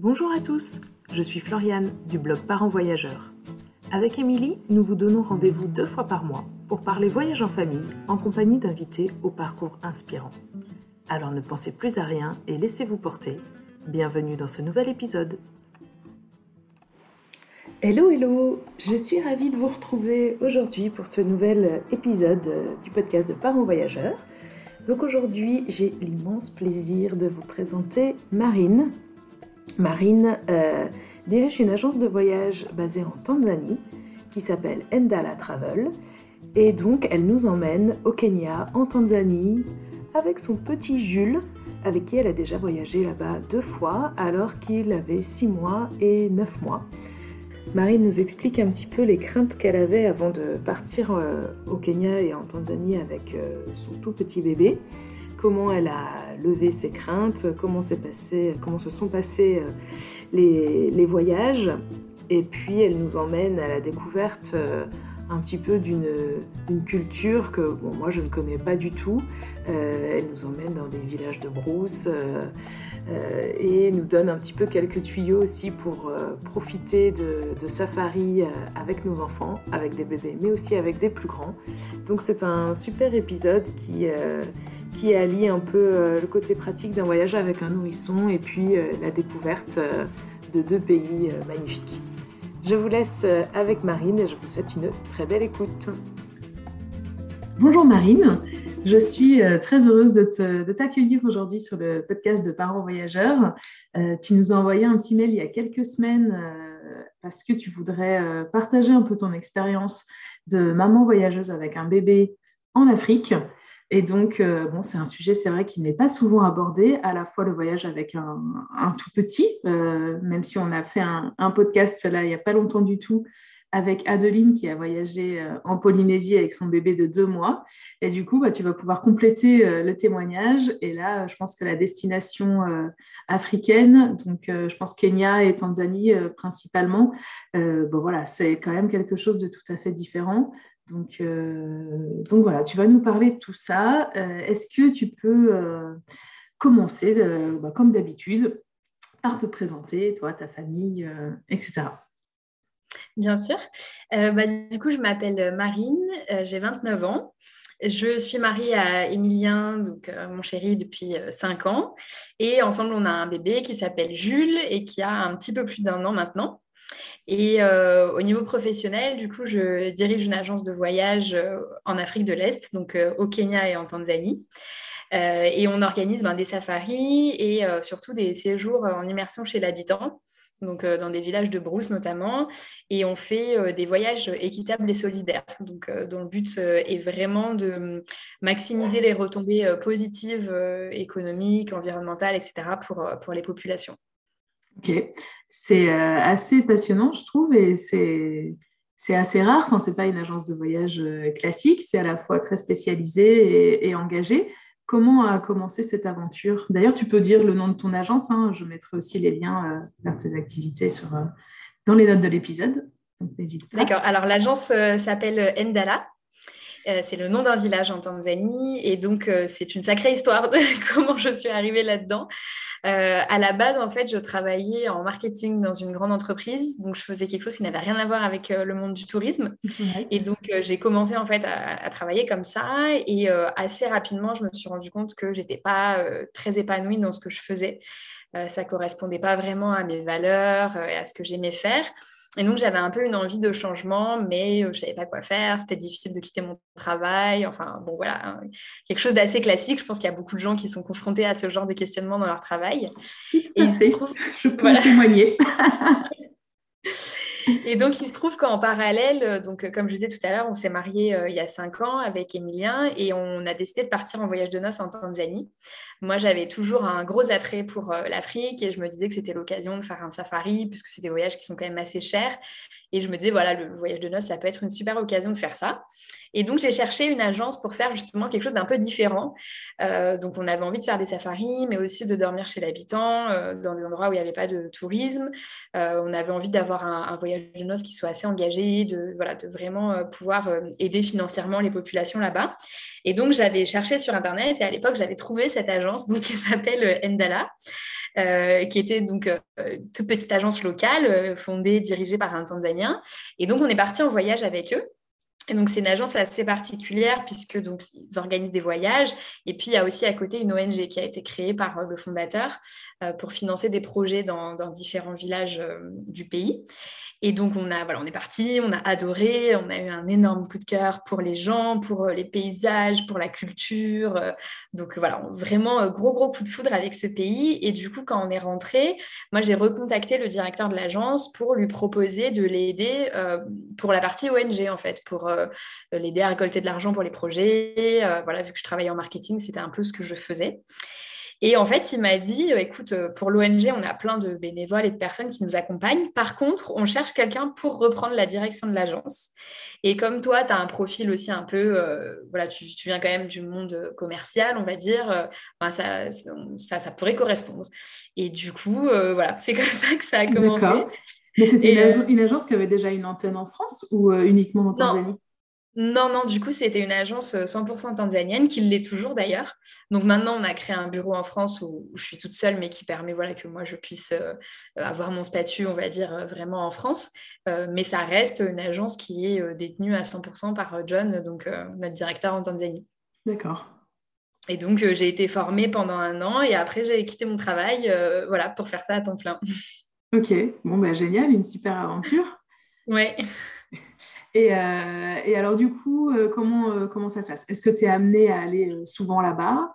Bonjour à tous, je suis Floriane du blog Parents Voyageurs. Avec Émilie, nous vous donnons rendez-vous 2 fois par mois pour parler voyage en famille en compagnie d'invités au parcours inspirant. Alors ne pensez plus à rien et laissez-vous porter. Bienvenue dans ce nouvel épisode. Hello, je suis ravie de vous retrouver aujourd'hui pour ce nouvel épisode du podcast de Parents Voyageurs. Donc aujourd'hui, j'ai l'immense plaisir de vous présenter Marine. Marine dirige une agence de voyage basée en Tanzanie qui s'appelle Endala Travel. Et donc, elle nous emmène au Kenya, en Tanzanie, avec son petit Jules, avec qui elle a déjà voyagé là-bas 2 fois, alors qu'il avait 6 mois et 9 mois. Marine nous explique un petit peu les craintes qu'elle avait avant de partir au Kenya et en Tanzanie avec son tout petit bébé. Comment elle a levé ses craintes, comment se sont passés les voyages. Et puis elle nous emmène à la découverte un petit peu d'une culture que moi je ne connais pas du tout. Elle nous emmène dans des villages de brousse et nous donne un petit peu quelques tuyaux aussi pour profiter de safari avec nos enfants, avec des bébés, mais aussi avec des plus grands. Donc c'est un super épisode qui allie un peu le côté pratique d'un voyage avec un nourrisson et puis la découverte de 2 pays magnifiques. Je vous laisse avec Marine et je vous souhaite une très belle écoute. Bonjour Marine, je suis très heureuse de t'accueillir aujourd'hui sur le podcast de Parents Voyageurs. Tu nous as envoyé un petit mail il y a quelques semaines parce que tu voudrais partager un peu ton expérience de maman voyageuse avec un bébé en Afrique. Et donc, c'est un sujet, c'est vrai, qui n'est pas souvent abordé, à la fois le voyage avec un tout petit, même si on a fait un podcast là, il n'y a pas longtemps du tout, avec Adeline qui a voyagé en Polynésie avec son bébé de 2 mois. Et du coup, tu vas pouvoir compléter le témoignage. Et là, je pense que la destination africaine, donc je pense Kenya et Tanzanie principalement, c'est quand même quelque chose de tout à fait différent. Donc voilà, tu vas nous parler de tout ça. Est-ce que tu peux commencer, comme d'habitude, par te présenter, toi, ta famille, etc. Bien sûr. Du coup, je m'appelle Marine, j'ai 29 ans. Je suis mariée à Emilien, donc mon chéri, depuis 5 ans. Et ensemble, on a un bébé qui s'appelle Jules et qui a un petit peu plus d'1 an maintenant. Et au niveau professionnel, du coup, je dirige une agence de voyage en Afrique de l'Est, donc au Kenya et en Tanzanie. Et on organise des safaris et surtout des séjours en immersion chez l'habitant, donc dans des villages de brousse notamment. Et on fait des voyages équitables et solidaires, donc dont le but est vraiment de maximiser les retombées positives économiques, environnementales, etc. pour les populations. Ok, c'est assez passionnant, je trouve, et c'est assez rare. Enfin, c'est pas une agence de voyage classique, c'est à la fois très spécialisé et engagé. Comment a commencé cette aventure? D'ailleurs, tu peux dire le nom de ton agence, hein. Je mettrai aussi les liens vers tes activités dans les notes de l'épisode. Donc, n'hésite pas. D'accord, alors l'agence s'appelle Endala. C'est le nom d'un village en Tanzanie et donc c'est une sacrée histoire de comment je suis arrivée là-dedans. À la base, en fait, je travaillais en marketing dans une grande entreprise, donc je faisais quelque chose qui n'avait rien à voir avec le monde du tourisme. Ouais. Et donc, j'ai commencé en fait à travailler comme ça et assez rapidement, je me suis rendu compte que j'étais pas très épanouie dans ce que je faisais. Ça correspondait pas vraiment à mes valeurs et à ce que j'aimais faire. Et donc, j'avais un peu une envie de changement, mais je ne savais pas quoi faire. C'était difficile de quitter mon travail. Enfin, bon, voilà, hein. Quelque chose d'assez classique. Je pense qu'il y a beaucoup de gens qui sont confrontés à ce genre de questionnement dans leur travail. Oui, tout Et à il se fait. trouve... Je peux Voilà. témoigner. Et donc, il se trouve qu'en parallèle, donc, comme je disais tout à l'heure, on s'est mariés il y a 5 ans avec Emilien et on a décidé de partir en voyage de noces en Tanzanie. Moi, j'avais toujours un gros attrait pour l'Afrique et je me disais que c'était l'occasion de faire un safari puisque c'est des voyages qui sont quand même assez chers. Et je me disais, voilà, le voyage de noces, ça peut être une super occasion de faire ça. Et donc, j'ai cherché une agence pour faire justement quelque chose d'un peu différent. Donc, on avait envie de faire des safaris, mais aussi de dormir chez l'habitant, dans des endroits où il n'y avait pas de tourisme. On avait envie d'avoir un voyage de noces qui soit assez engagé, de vraiment pouvoir aider financièrement les populations là-bas. Et donc, j'avais cherché sur Internet et à l'époque, j'avais trouvé cette agence donc, qui s'appelle Endala. qui était donc une toute petite agence locale fondée, dirigée par un Tanzanien. Et donc, on est parti en voyage avec eux. Et donc, c'est une agence assez particulière puisque donc, ils organisent des voyages. Et puis, il y a aussi à côté une ONG qui a été créée par le fondateur pour financer des projets dans différents villages du pays. Et donc, on est parti, on a adoré, on a eu un énorme coup de cœur pour les gens, pour les paysages, pour la culture. Donc, voilà, vraiment gros, gros coup de foudre avec ce pays. Et du coup, quand on est rentré, moi, j'ai recontacté le directeur de l'agence pour lui proposer de l'aider pour la partie ONG, en fait, pour l'aider à récolter de l'argent pour les projets. Voilà, vu que je travaillais en marketing, c'était un peu ce que je faisais. Et en fait, il m'a dit, écoute, pour l'ONG, on a plein de bénévoles et de personnes qui nous accompagnent. Par contre, on cherche quelqu'un pour reprendre la direction de l'agence. Et comme toi, tu as un profil aussi un peu, voilà, tu viens quand même du monde commercial, on va dire, ben, ça pourrait correspondre. Et du coup, voilà, c'est comme ça que ça a commencé. D'accord. Mais c'était Et une agence qui avait déjà une antenne en France ou uniquement en non, Tanzanie? non, du coup, c'était une agence 100% tanzanienne, qui l'est toujours d'ailleurs. Donc maintenant, on a créé un bureau en France où je suis toute seule, mais qui permet voilà, que moi, je puisse avoir mon statut, on va dire, vraiment en France. Mais ça reste une agence qui est détenue à 100% par John, donc notre directeur en Tanzanie. D'accord. Et donc, j'ai été formée pendant 1 an et après, j'ai quitté mon travail voilà, pour faire ça à temps plein. Ok, bon, bah, génial, une super aventure. Ouais. Et alors, du coup, comment ça se passe? Est-ce que tu es amené à aller souvent là-bas?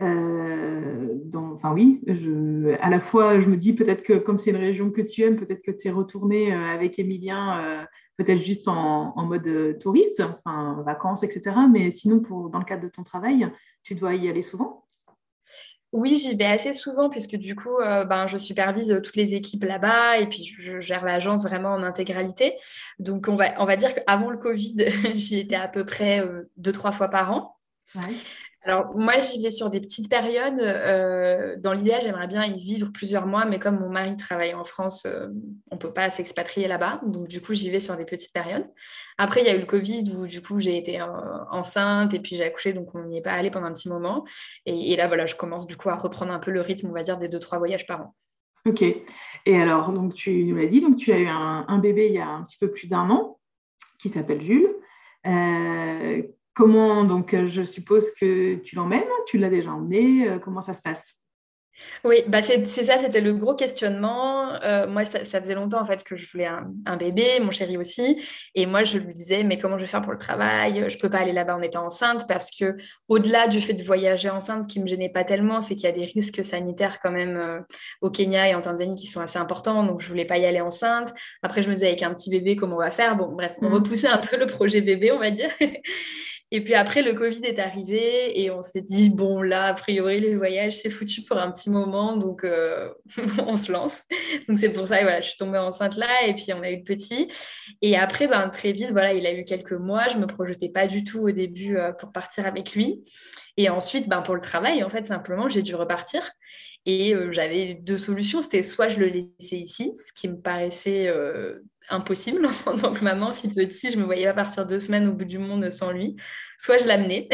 Enfin, oui, à la fois, je me dis peut-être que comme c'est une région que tu aimes, peut-être que tu es retourné avec Emilien, peut-être juste en mode touriste, enfin, vacances, etc. Mais sinon, dans le cadre de ton travail, tu dois y aller souvent? Oui, j'y vais assez souvent puisque du coup, ben, je supervise toutes les équipes là-bas et puis je gère l'agence vraiment en intégralité. Donc, on va dire qu'avant le Covid, j'y étais à peu près 2, 3 fois par an. Ouais. Alors, moi, j'y vais sur des petites périodes. Dans l'idéal, j'aimerais bien y vivre plusieurs mois, mais comme mon mari travaille en France, on ne peut pas s'expatrier là-bas. Donc, du coup, j'y vais sur des petites périodes. Après, il y a eu le Covid où, du coup, j'ai été enceinte et puis j'ai accouché, donc on n'y est pas allé pendant un petit moment. Et là, voilà, je commence du coup à reprendre un peu le rythme, on va dire, des 2, 3 voyages par an. Ok. Et alors, donc tu nous l'as dit, donc tu as eu un bébé il y a un petit peu plus d'1 an qui s'appelle Jules. Euh, donc, je suppose que tu l'emmènes, tu l'as déjà emmené, comment ça se passe? Oui, bah c'est ça, c'était le gros questionnement. Moi, ça faisait longtemps en fait que je voulais un bébé, mon chéri aussi. Et moi, je lui disais, mais comment je vais faire pour le travail? Je peux pas aller là-bas en étant enceinte parce que au-delà du fait de voyager enceinte, qui me gênait pas tellement, c'est qu'il y a des risques sanitaires quand même au Kenya et en Tanzanie qui sont assez importants. Donc, je voulais pas y aller enceinte. Après, je me disais, avec un petit bébé, comment on va faire? Bon, bref, on Hmm. repoussait un peu le projet bébé, on va dire. Et puis après, le Covid est arrivé et on s'est dit, bon, là, a priori, les voyages, c'est foutu pour un petit moment, donc on se lance. Donc c'est pour ça que voilà, je suis tombée enceinte là et puis on a eu le petit. Et après, ben, très vite, voilà, il a eu quelques mois. Je ne me projetais pas du tout au début pour partir avec lui. Et ensuite, ben, pour le travail, en fait, simplement, j'ai dû repartir. Et j'avais deux solutions. C'était soit je le laissais ici, ce qui me paraissait impossible en tant que maman. Si petit, je ne me voyais pas partir 2 semaines au bout du monde sans lui. Soit je l'amenais.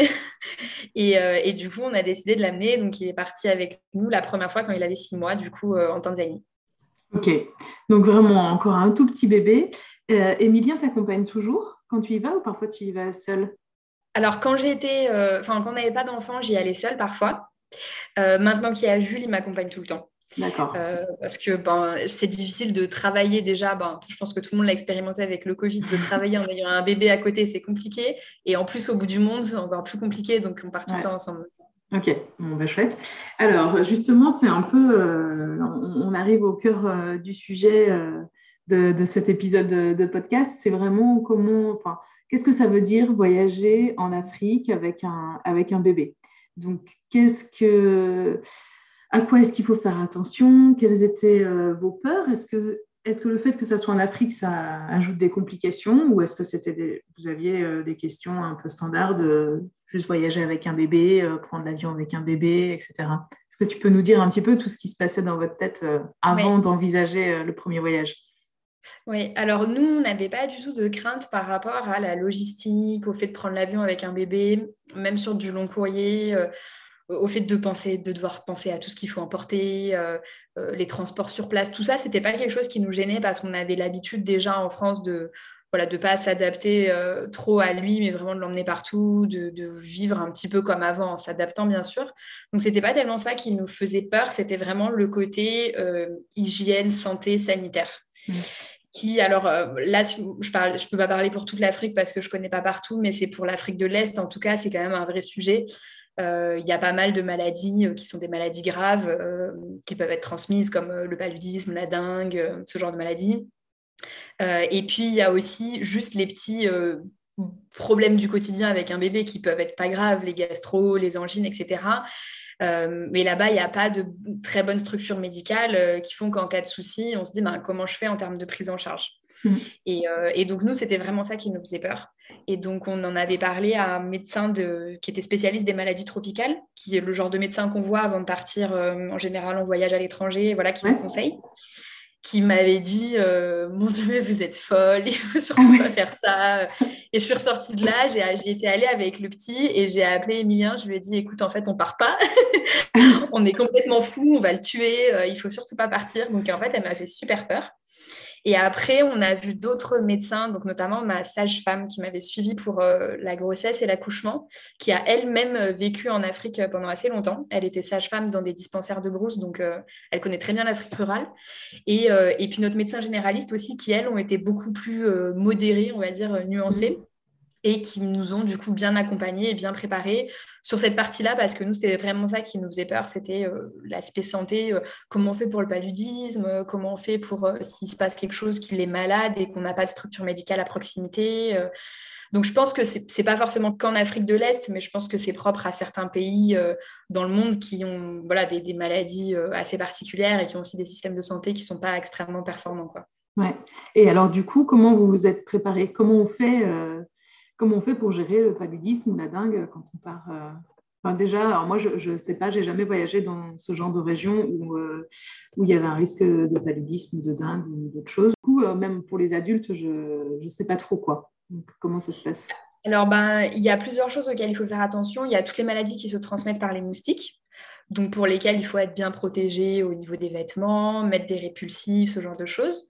Et du coup, on a décidé de l'amener. Donc, il est parti avec nous la première fois quand il avait 6 mois, du coup, en Tanzanie. Ok, donc vraiment encore un tout petit bébé. Émilien t'accompagne toujours quand tu y vas ou parfois tu y vas seule? Alors, quand on n'avait pas d'enfant, j'y allais seule parfois. Maintenant qu'il y a Jules, il m'accompagne tout le temps. D'accord. Parce que ben, c'est difficile de travailler déjà. Ben, je pense que tout le monde l'a expérimenté avec le Covid, de travailler en ayant un bébé à côté, c'est compliqué. Et en plus, au bout du monde, c'est encore plus compliqué. Donc, on part tout le Ouais. temps ensemble. Ok, bon, bah, chouette. Alors, justement, c'est un peu, on arrive au cœur du sujet de cet épisode de podcast. C'est vraiment enfin, qu'est-ce que ça veut dire voyager en Afrique avec un bébé? Donc, à quoi est-ce qu'il faut faire attention? Quelles étaient vos peurs? Est-ce que le fait que ça soit en Afrique, ça ajoute des complications ou est-ce que vous aviez des questions un peu standards de juste voyager avec un bébé, prendre l'avion avec un bébé, etc. Est-ce que tu peux nous dire un petit peu tout ce qui se passait dans votre tête avant Oui. d'envisager le premier voyage? Oui, alors nous, on n'avait pas du tout de crainte par rapport à la logistique, au fait de prendre l'avion avec un bébé, même sur du long courrier. au fait de devoir penser à tout ce qu'il faut emporter, les transports sur place, tout ça, c'était pas quelque chose qui nous gênait parce qu'on avait l'habitude déjà en France de voilà, de pas s'adapter trop à lui, mais vraiment de l'emmener partout, de vivre un petit peu comme avant, en s'adaptant bien sûr. Donc c'était pas tellement ça qui nous faisait peur, c'était vraiment le côté hygiène, santé, sanitaire. Qui, alors là, je peux pas parler pour toute l'Afrique parce que je connais pas partout, mais c'est pour l'Afrique de l'Est, en tout cas, c'est quand même un vrai sujet. Il y a pas mal de maladies qui sont des maladies graves qui peuvent être transmises comme le paludisme, la dengue, ce genre de maladies. Et puis, il y a aussi juste les petits problèmes du quotidien avec un bébé qui peuvent être pas graves, les gastro, les angines, etc. Mais là-bas, il n'y a pas de très bonne structure médicale qui font qu'en cas de souci, on se dit ben, comment je fais en termes de prise en charge. Et donc, nous, c'était vraiment ça qui nous faisait peur. Et donc, on en avait parlé à un médecin qui était spécialiste des maladies tropicales, qui est le genre de médecin qu'on voit avant de partir en général en voyage à l'étranger, voilà, qui nous conseille, qui m'avait dit mon Dieu, mais vous êtes folle, il faut surtout pas faire ça. Et je suis ressortie de là, j'y étais allée avec le petit et j'ai appelé Emilien, je lui ai dit écoute, en fait, on part pas, on est complètement fou, on va le tuer, il faut surtout pas partir. Donc en fait, elle m'a fait super peur. Et après, on a vu d'autres médecins, donc notamment ma sage-femme qui m'avait suivie pour la grossesse et l'accouchement, qui a elle-même vécu en Afrique pendant assez longtemps. Elle était sage-femme dans des dispensaires de brousse, donc elle connaît très bien l'Afrique rurale. Et puis notre médecin généraliste aussi, qui, elles, ont été beaucoup plus modérées, on va dire, nuancées. Et qui nous ont du coup bien accompagnés et bien préparés sur cette partie-là, parce que nous, c'était vraiment ça qui nous faisait peur, c'était l'aspect santé, comment on fait pour le paludisme, comment on fait pour s'il se passe quelque chose qu'il est malade et qu'on n'a pas de structure médicale à proximité. Donc je pense que c'est pas forcément qu'en Afrique de l'Est, mais je pense que c'est propre à certains pays dans le monde qui ont voilà, des maladies assez particulières et qui ont aussi des systèmes de santé qui sont pas extrêmement performants, quoi. Ouais. Et alors du coup, comment vous vous êtes préparé? Comment on fait pour gérer le paludisme ou la dengue quand on part Enfin, déjà, alors moi, je ne sais pas, j'ai jamais voyagé dans ce genre de région où il y avait un risque de paludisme ou de dengue ou d'autres choses. Du coup, même pour les adultes, je ne sais pas trop quoi. Donc, comment ça se passe? Alors, ben, il y a plusieurs choses auxquelles il faut faire attention. Il y a toutes les maladies qui se transmettent par les moustiques, donc pour lesquelles il faut être bien protégé au niveau des vêtements, mettre des répulsifs, ce genre de choses.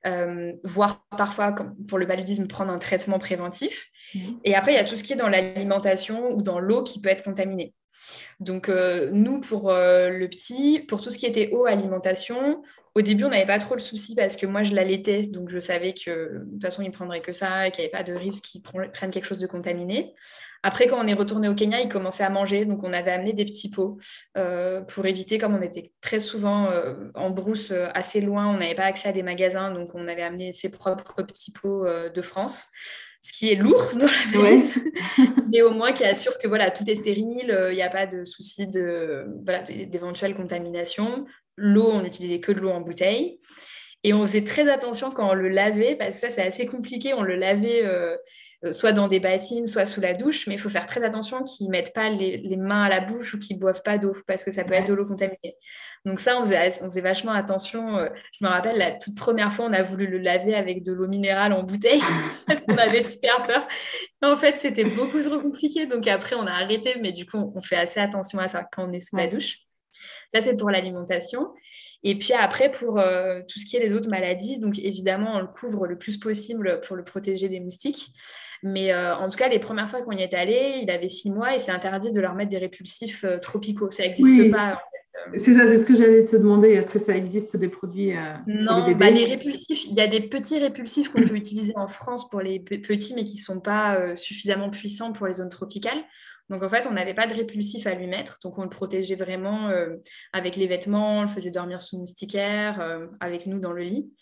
Voire parfois, pour le paludisme, prendre un traitement préventif. Et après, il y a tout ce qui est dans l'alimentation ou dans l'eau qui peut être contaminée. Donc, nous, pour le petit, pour tout ce qui était eau, alimentation, au début, on n'avait pas trop le souci parce que moi, je l'allaitais. Donc, je savais que de toute façon, il ne prendrait que ça et qu'il n'y avait pas de risque qu'il prenne quelque chose de contaminé. Après, quand on est retourné au Kenya, il commençait à manger. Donc, on avait amené des petits pots pour éviter, comme on était très souvent en brousse assez loin, on n'avait pas accès à des magasins. Donc, on avait amené ses propres petits pots de France, ce qui est lourd dans la valise, mais au moins qui assure que voilà, tout est stérile, il n'y a pas de souci d'éventuelle contamination. L'eau, on n'utilisait que de l'eau en bouteille. Et on faisait très attention quand on le lavait, parce que ça, c'est assez compliqué. On le lavait soit dans des bassines, soit sous la douche, mais il faut faire très attention qu'ils ne mettent pas les mains à la bouche ou qu'ils ne boivent pas d'eau, parce que ça peut être de l'eau contaminée. Donc ça, on faisait vachement attention. Je me rappelle, la toute première fois, on a voulu le laver avec de l'eau minérale en bouteille, parce qu'on avait super peur. En fait, c'était beaucoup trop compliqué. Donc après, on a arrêté, mais du coup, on fait assez attention à ça quand on est sous la douche. Ça, c'est pour l'alimentation. Et puis après, pour tout ce qui est les autres maladies, donc évidemment, on le couvre le plus possible pour le protéger des moustiques. Mais en tout cas, les premières fois qu'on y est allé, il avait 6 mois et c'est interdit de leur mettre des répulsifs tropicaux. Ça n'existe pas. C'est ça, c'est ce que j'allais te demander. Est-ce que ça existe des produits pour les Non, bébés? les répulsifs, il y a des petits répulsifs qu'on peut utiliser en France pour les petits, mais qui ne sont pas suffisamment puissants pour les zones tropicales. Donc en fait, on n'avait pas de répulsif à lui mettre, donc on le protégeait vraiment avec les vêtements, on le faisait dormir sous moustiquaire, avec nous dans le lit.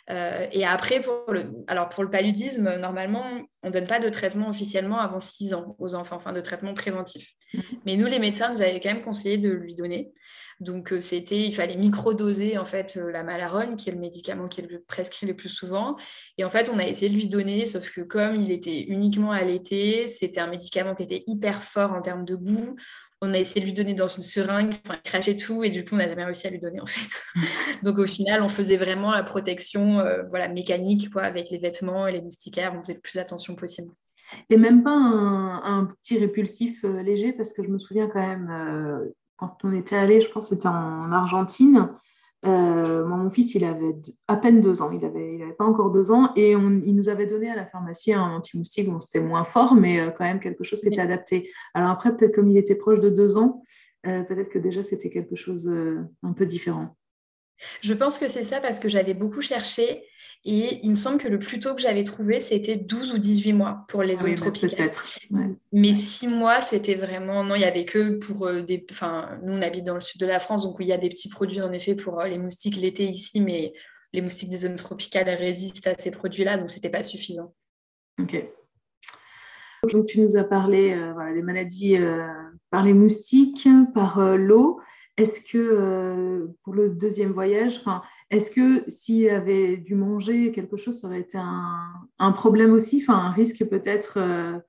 Et après, pour le paludisme, normalement, on ne donne pas de traitement officiellement avant 6 ans aux enfants, enfin de traitement préventif. Mais nous, les médecins nous avaient quand même conseillé de lui donner. Donc, il fallait microdoser en fait la Malaronne, qui est le médicament qui est prescrit le plus souvent. Et en fait, on a essayé de lui donner, sauf que comme il était uniquement allaité, c'était un médicament qui était hyper fort en termes de goût. On a essayé de lui donner dans une seringue, il crachait tout, et du coup, on n'a jamais réussi à lui donner en fait. Donc, au final, on faisait vraiment la protection mécanique, quoi, avec les vêtements et les moustiquaires, on faisait le plus attention possible. Et même pas un petit répulsif léger, parce que je me souviens quand même, quand on était allé, je pense que c'était en Argentine, moi, mon fils, il avait à peine 2 ans, il avait pas encore 2 ans, et il nous avait donné à la pharmacie un anti-moustique, bon, c'était moins fort, mais quand même quelque chose qui était adapté. Alors après, peut-être comme il était proche de 2 ans, peut-être que déjà c'était quelque chose un peu différent. Je pense que c'est ça parce que j'avais beaucoup cherché et il me semble que le plus tôt que j'avais trouvé, c'était 12 ou 18 mois pour les Ah zones oui, bah, tropicales. peut-être. Ouais. Mais 6 mois, c'était vraiment... Non, il n'y avait que pour des... Enfin, nous, on habite dans le sud de la France, donc il y a des petits produits, en effet, pour les moustiques l'été ici, mais les moustiques des zones tropicales résistent à ces produits-là, donc c'était pas suffisant. Ok. Donc, tu nous as parlé voilà, des maladies par les moustiques, par l'eau. Est-ce que pour le deuxième voyage, est-ce que s'il avait dû manger quelque chose, ça aurait été un problème aussi, un risque peut-être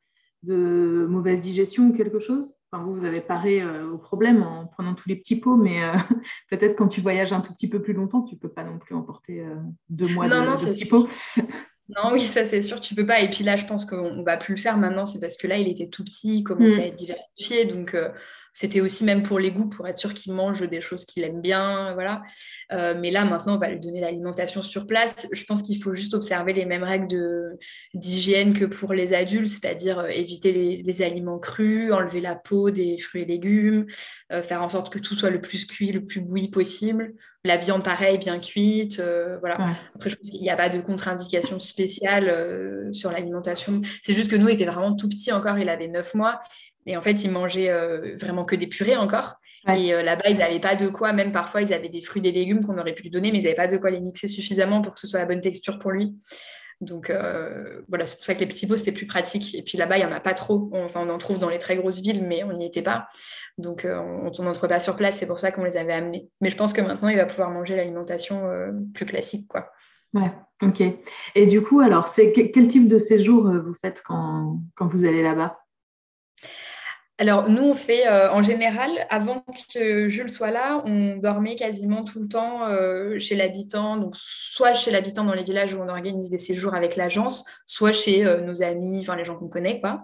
de mauvaise digestion ou quelque chose? Vous avez paré au problème en prenant tous les petits pots, mais peut-être quand tu voyages un tout petit peu plus longtemps, tu ne peux pas non plus emporter 2 mois Non, non, de c'est petits sûr. pots. Non, oui, ça c'est sûr, tu peux pas. Et puis là, je pense qu'on va plus le faire maintenant, c'est parce que là, il était tout petit, il commençait à Mm. être diversifié. Donc, c'était aussi même pour les goûts, pour être sûr qu'il mange des choses qu'il aime bien. Voilà. Mais là, maintenant, on va lui donner l'alimentation sur place. Je pense qu'il faut juste observer les mêmes règles d'hygiène que pour les adultes, c'est-à-dire éviter les aliments crus, enlever la peau des fruits et légumes, faire en sorte que tout soit le plus cuit, le plus bouilli possible. La viande, pareil, bien cuite. Voilà. Ouais. Après, je pense qu'il n'y a pas de contre-indication spéciale sur l'alimentation. C'est juste que nous, il était vraiment tout petit encore, il avait 9 mois. Et en fait, il mangeait vraiment que des purées encore. Ouais. Et là-bas, ils n'avaient pas de quoi, même parfois, ils avaient des fruits, des légumes qu'on aurait pu lui donner, mais ils n'avaient pas de quoi les mixer suffisamment pour que ce soit la bonne texture pour lui. Donc voilà, c'est pour ça que les petits pots, c'était plus pratique. Et puis là-bas, il n'y en a pas trop. Enfin, on en trouve dans les très grosses villes, mais on n'y était pas. Donc on n'en trouvait pas sur place, c'est pour ça qu'on les avait amenés. Mais je pense que maintenant, il va pouvoir manger l'alimentation plus classique, quoi. Ouais, ok. Et du coup, alors, c'est quel type de séjour vous faites quand vous allez là-bas? Alors, nous, on fait en général, avant que Jules soit là, on dormait quasiment tout le temps chez l'habitant. Donc, soit chez l'habitant dans les villages où on organise des séjours avec l'agence, soit chez nos amis, enfin les gens qu'on connaît, quoi.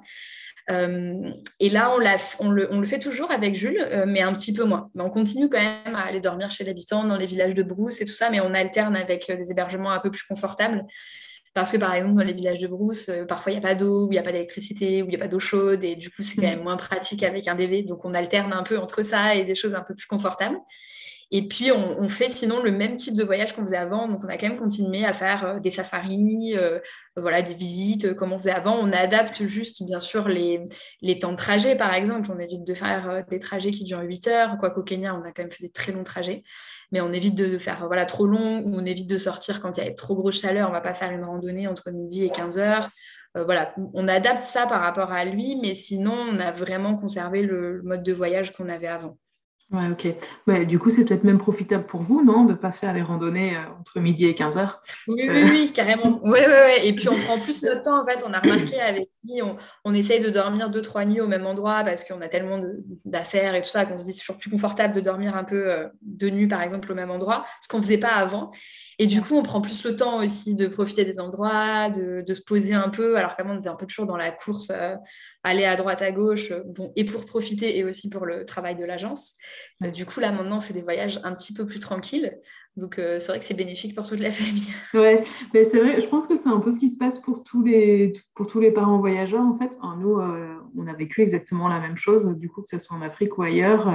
Et là, on le fait toujours avec Jules, mais un petit peu moins. Mais on continue quand même à aller dormir chez l'habitant dans les villages de brousse et tout ça, mais on alterne avec des hébergements un peu plus confortables. Parce que par exemple, dans les villages de brousse, parfois il n'y a pas d'eau, ou il n'y a pas d'électricité, ou il n'y a pas d'eau chaude, et du coup, c'est quand même Mm. moins pratique avec un bébé. Donc, on alterne un peu entre ça et des choses un peu plus confortables. Et puis, on fait sinon le même type de voyage qu'on faisait avant. Donc, on a quand même continué à faire des safaris, voilà, des visites comme on faisait avant. On adapte juste, bien sûr, les temps de trajet, par exemple. On évite de faire des trajets qui durent 8 heures. Quoiqu'au Kenya, on a quand même fait des très longs trajets. Mais on évite de faire voilà, trop long ou on évite de sortir quand il y a trop grosse chaleur. On ne va pas faire une randonnée entre midi et 15 heures. Voilà, on adapte ça par rapport à lui, mais sinon, on a vraiment conservé le mode de voyage qu'on avait avant. Ouais, ok. Ouais, du coup, c'est peut-être même profitable pour vous, non, de ne pas faire les randonnées entre midi et 15 heures. Oui, oui, Euh, oui, carrément. Ouais, ouais, ouais. Et puis on prend plus notre temps, en fait. On a remarqué avec lui, on essaye de dormir 2, 3 nuits au même endroit parce qu'on a tellement d'affaires et tout ça qu'on se dit c'est toujours plus confortable de dormir un peu 2 nuits, par exemple, au même endroit, ce qu'on ne faisait pas avant. Et du coup, on prend plus le temps aussi de profiter des endroits, de se poser un peu, alors qu'avant, on était un peu toujours dans la course, aller à droite, à gauche, bon, et pour profiter et aussi pour le travail de l'agence. ouais. Du coup, là, maintenant, on fait des voyages un petit peu plus tranquilles. Donc, c'est vrai que c'est bénéfique pour toute la famille. Ouais, mais c'est vrai, je pense que c'est un peu ce qui se passe pour tous les parents voyageurs, en fait. Enfin, nous, on a vécu exactement la même chose, du coup, que ce soit en Afrique ou ailleurs.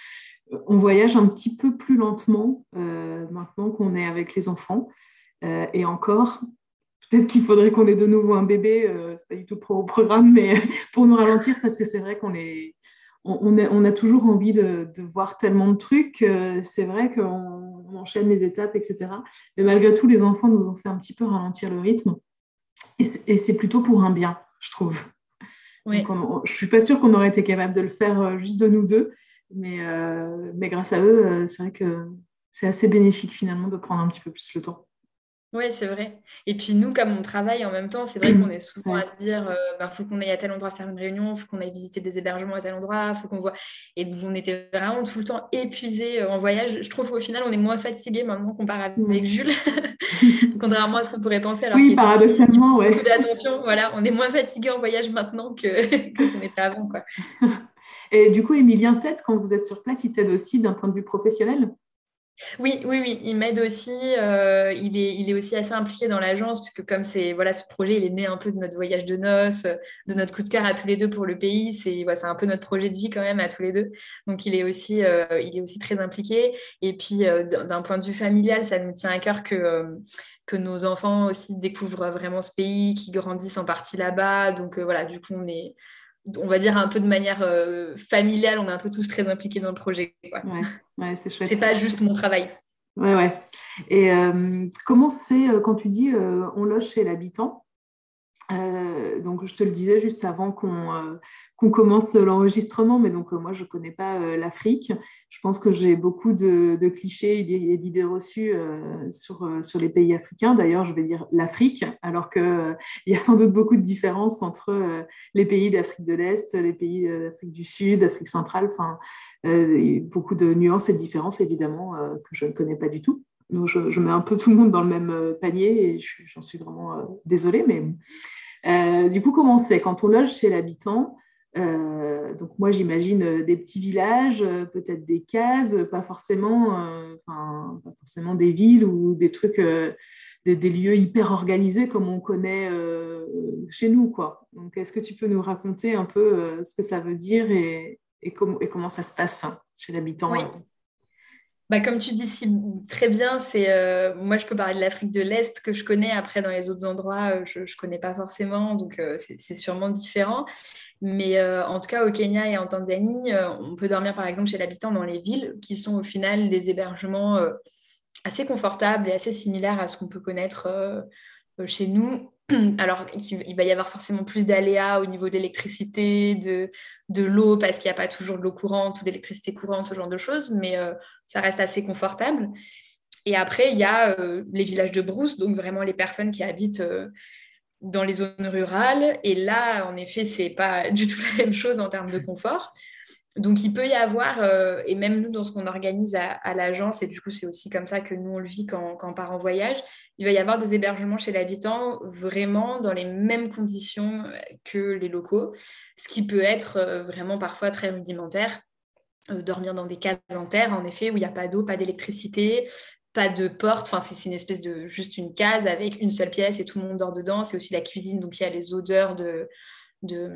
On voyage un petit peu plus lentement maintenant qu'on est avec les enfants. Et encore, peut-être qu'il faudrait qu'on ait de nouveau un bébé, c'est pas du tout au programme, mais pour nous ralentir, parce que c'est vrai qu'on a toujours envie de voir tellement de trucs. C'est vrai qu'on enchaîne les étapes, etc. Mais malgré tout, les enfants nous ont fait un petit peu ralentir le rythme. Et c'est plutôt pour un bien, je trouve. Donc, Oui. je suis pas sûre qu'on aurait été capable de le faire juste de nous deux. Mais grâce à eux, c'est vrai que c'est assez bénéfique finalement de prendre un petit peu plus le temps. Oui, c'est vrai. Et puis nous, comme on travaille en même temps, c'est vrai qu'on est souvent Ouais. à se dire, faut qu'on aille à tel endroit faire une réunion, faut qu'on aille visiter des hébergements à tel endroit, faut qu'on voit. Et donc on était vraiment tout le temps épuisés en voyage. Je trouve qu'au final, on est moins fatigué maintenant qu'on part avec Mm. Jules, contrairement à ce qu'on pourrait penser alors Oui, qu'il est tout petit, il paradoxalement, faut beaucoup ouais. d'attention. Voilà, on est moins fatigué en voyage maintenant que, que ce qu'on était avant, quoi. Et du coup, Emilien t'aide quand vous êtes sur place, il t'aide aussi d'un point de vue professionnel? Oui, oui, oui, il m'aide aussi. Il est aussi assez impliqué dans l'agence, puisque comme c'est voilà, ce projet, il est né un peu de notre voyage de noces, de notre coup de cœur à tous les deux pour le pays. C'est un peu notre projet de vie quand même à tous les deux. Donc il est aussi très impliqué. Et puis d'un point de vue familial, ça nous tient à cœur que nos enfants aussi découvrent vraiment ce pays, qu'ils grandissent en partie là-bas. Donc voilà, du coup, on va dire un peu de manière familiale, on est un peu tous très impliqués dans le projet, quoi. Ouais, ouais, c'est C'est chouette. pas juste mon travail. Ouais, ouais. Et comment c'est quand tu dis on loge chez l'habitant? Donc, je te le disais juste avant qu'on commence l'enregistrement, mais donc moi, je ne connais pas l'Afrique. Je pense que j'ai beaucoup de clichés et d'idées reçues sur les pays africains. D'ailleurs, je vais dire l'Afrique, alors qu'il il y a sans doute beaucoup de différences entre les pays d'Afrique de l'Est, les pays d'Afrique du Sud, d'Afrique centrale, enfin, et beaucoup de nuances et de différences, évidemment, que je ne connais pas du tout. Donc, je mets un peu tout le monde dans le même panier et j'en suis vraiment désolée, mais du coup, comment c'est quand on loge chez l'habitant? Donc moi, j'imagine des petits villages, peut-être des cases, pas forcément des villes ou des trucs, des lieux hyper organisés comme on connaît chez nous, quoi. Donc, est-ce que tu peux nous raconter un peu ce que ça veut dire et comment ça se passe hein, chez l'habitant? Oui, bah, comme tu dis si très bien, moi je peux parler de l'Afrique de l'Est que je connais. Après, dans les autres endroits, je ne connais pas forcément, donc c'est sûrement différent. Mais en tout cas, au Kenya et en Tanzanie, on peut dormir par exemple chez l'habitant dans les villes, qui sont au final des hébergements assez confortables et assez similaires à ce qu'on peut connaître chez nous. Alors, il va y avoir forcément plus d'aléas au niveau de l'électricité, de l'eau, parce qu'il n'y a pas toujours de l'eau courante ou d'électricité courante, ce genre de choses, mais ça reste assez confortable. Et après, il y a les villages de brousse, donc vraiment les personnes qui habitent dans les zones rurales. Et là, en effet, c'est pas du tout la même chose en termes de confort. Donc, il peut y avoir, et même nous, dans ce qu'on organise à l'agence, et du coup, c'est aussi comme ça que nous, on le vit quand on part en voyage, il va y avoir des hébergements chez l'habitant vraiment dans les mêmes conditions que les locaux, ce qui peut être vraiment parfois très rudimentaire. Dormir dans des cases en terre, en effet, où il n'y a pas d'eau, pas d'électricité, pas de porte. Enfin, c'est une espèce de juste une case avec une seule pièce et tout le monde dort dedans. C'est aussi la cuisine, donc il y a les odeurs de,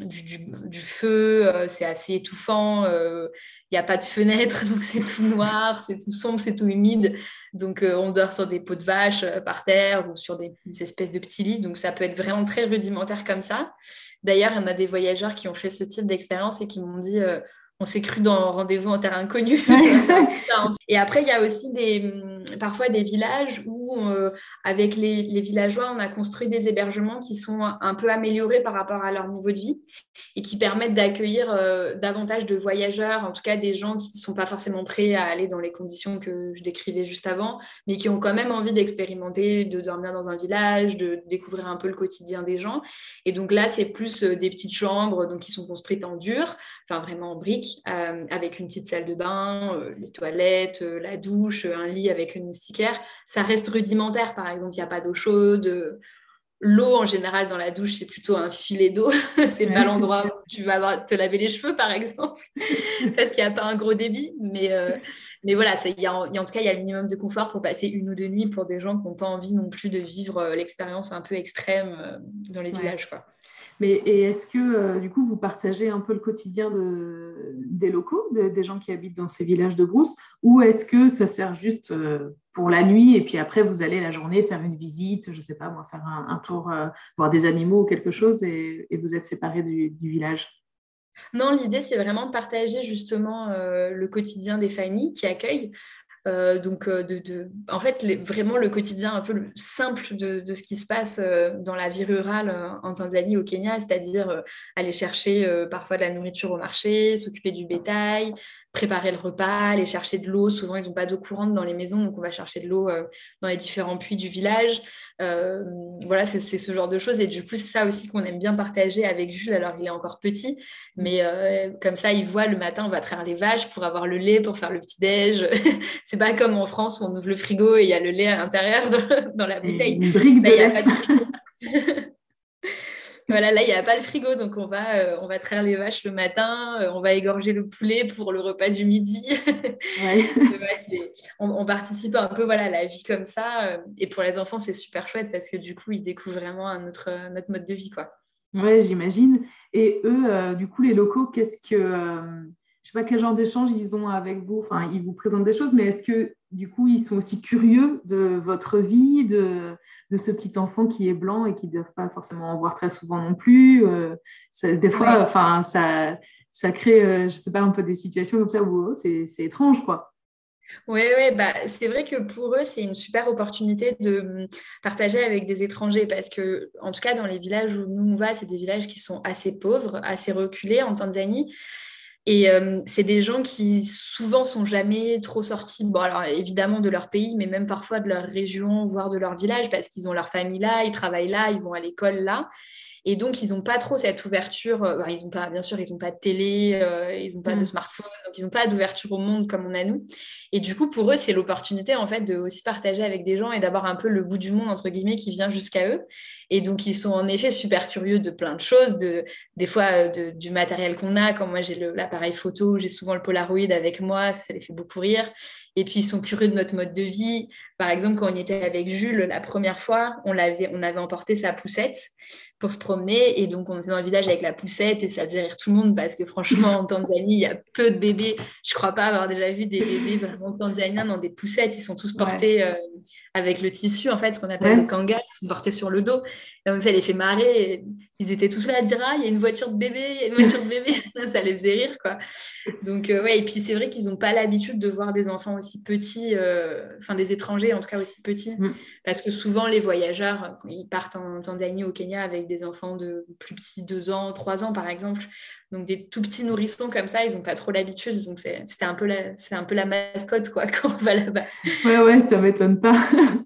du feu, c'est assez étouffant, il n'y a pas de fenêtre, donc c'est tout noir, c'est tout sombre, c'est tout humide. Donc on dort sur des pots de vache par terre ou sur des espèces de petits lits, donc ça peut être vraiment très rudimentaire comme ça. D'ailleurs, il y en a des voyageurs qui ont fait ce type d'expérience et qui m'ont dit on s'est cru dans Rendez-vous en terre inconnue. C'est un peu Ouais. ça, hein. Et après, il y a aussi parfois des villages où, avec les villageois, on a construit des hébergements qui sont un peu améliorés par rapport à leur niveau de vie et qui permettent d'accueillir davantage de voyageurs, en tout cas des gens qui ne sont pas forcément prêts à aller dans les conditions que je décrivais juste avant, mais qui ont quand même envie d'expérimenter, de dormir dans un village, de découvrir un peu le quotidien des gens. Et donc là, c'est plus des petites chambres donc, qui sont construites en dur, enfin vraiment en briques, avec une petite salle de bain, les toilettes, la douche, un lit avec une moustiquaire. Ça reste rudimentaire, par exemple, il n'y a pas d'eau chaude. L'eau, en général, dans la douche, c'est plutôt un filet d'eau. C'est pas Ouais. l'endroit où tu vas te laver les cheveux, par exemple, parce qu'il n'y a pas un gros débit. Mais voilà, en tout cas, il y a le minimum de confort pour passer une ou deux nuits pour des gens qui n'ont pas envie non plus de vivre l'expérience un peu extrême dans les Ouais. villages, quoi. Et est-ce que, du coup, vous partagez un peu le quotidien des locaux, des gens qui habitent dans ces villages de brousse, ou est-ce que ça sert juste pour la nuit et puis après, vous allez la journée faire une visite, je ne sais pas moi, faire un tour, voir des animaux ou quelque chose et vous êtes séparés du village? Non, l'idée, c'est vraiment de partager justement le quotidien des familles qui accueillent. Donc, en fait, vraiment le quotidien un peu le simple de ce qui se passe dans la vie rurale en Tanzanie, au Kenya, c'est-à-dire aller chercher parfois de la nourriture au marché, s'occuper du bétail, préparer le repas, aller chercher de l'eau. Souvent, ils n'ont pas d'eau courante dans les maisons, donc on va chercher de l'eau dans les différents puits du village. Voilà, c'est ce genre de choses. Et du coup, c'est ça aussi qu'on aime bien partager avec Jules. Alors, il est encore petit, mais comme ça, il voit le matin, on va traire les vaches pour avoir le lait, pour faire le petit-déj. C'est pas comme en France où on ouvre le frigo et il y a le lait à l'intérieur dans la bouteille. Une brique de Là, il n'y a lait. pas de frigo. Voilà, là, il n'y a pas le frigo, donc on va traire les vaches le matin, on va égorger le poulet pour le repas du midi. Ouais. Ouais, on participe un peu voilà, à la vie comme ça. Et pour les enfants, c'est super chouette parce que du coup, ils découvrent vraiment notre mode de vie, quoi. Ouais, j'imagine. Et eux, du coup, les locaux, je sais pas quel genre d'échange ils ont avec vous. Enfin, ils vous présentent des choses, mais est-ce que, du coup, ils sont aussi curieux de votre vie, de ce petit enfant qui est blanc et qui ne doivent pas forcément en voir très souvent non plus. Des fois, Ouais. enfin, ça crée, je sais pas, un peu des situations comme ça où c'est étrange, quoi. Oui, ouais, bah, c'est vrai que pour eux, c'est une super opportunité de partager avec des étrangers parce que, en tout cas, dans les villages où nous on va, c'est des villages qui sont assez pauvres, assez reculés en Tanzanie. Et c'est des gens qui souvent sont jamais trop sortis, bon alors évidemment de leur pays, mais même parfois de leur région, voire de leur village, parce qu'ils ont leur famille là, ils travaillent là, ils vont à l'école là. Et donc, ils n'ont pas trop cette ouverture. Ils ont pas, bien sûr, ils n'ont pas de télé, ils n'ont pas de Mm. smartphone, donc ils n'ont pas d'ouverture au monde comme on a nous. Et du coup, pour eux, c'est l'opportunité en fait de aussi partager avec des gens et d'avoir un peu le bout du monde entre guillemets qui vient jusqu'à eux. Et donc, ils sont en effet super curieux de plein de choses, des fois du matériel qu'on a. Comme moi, j'ai l'appareil photo, j'ai souvent le Polaroid avec moi, ça les fait beaucoup rire. Et puis, ils sont curieux de notre mode de vie. Par exemple, quand on était avec Jules la première fois, on avait emporté sa poussette pour se promener. Et donc, on était dans le village avec la poussette et ça faisait rire tout le monde parce que franchement, en Tanzanie, il y a peu de bébés. Je ne crois pas avoir déjà vu des bébés vraiment tanzaniens dans des poussettes. Ils sont tous Ouais. portés avec le tissu, en fait, ce qu'on appelle le Ouais. kanga. Ils sont portés sur le dos. Et donc, ça les fait marrer. Et ils étaient tous là à dire, ah, il y a une voiture de bébé, il y a une voiture de bébé. Ça les faisait rire, quoi. Donc, ouais, et puis c'est vrai qu'ils n'ont pas l'habitude de voir des enfants aussi petits, enfin des étrangers en tout cas aussi petits, Mm. parce que souvent les voyageurs, ils partent en Tanzanie, au Kenya, avec des enfants de plus petits, 2 ans, 3 ans par exemple, donc des tout petits nourrissons comme ça, ils n'ont pas trop l'habitude, donc c'est un peu la mascotte quoi quand on va là-bas. Ouais, ouais, ça m'étonne pas.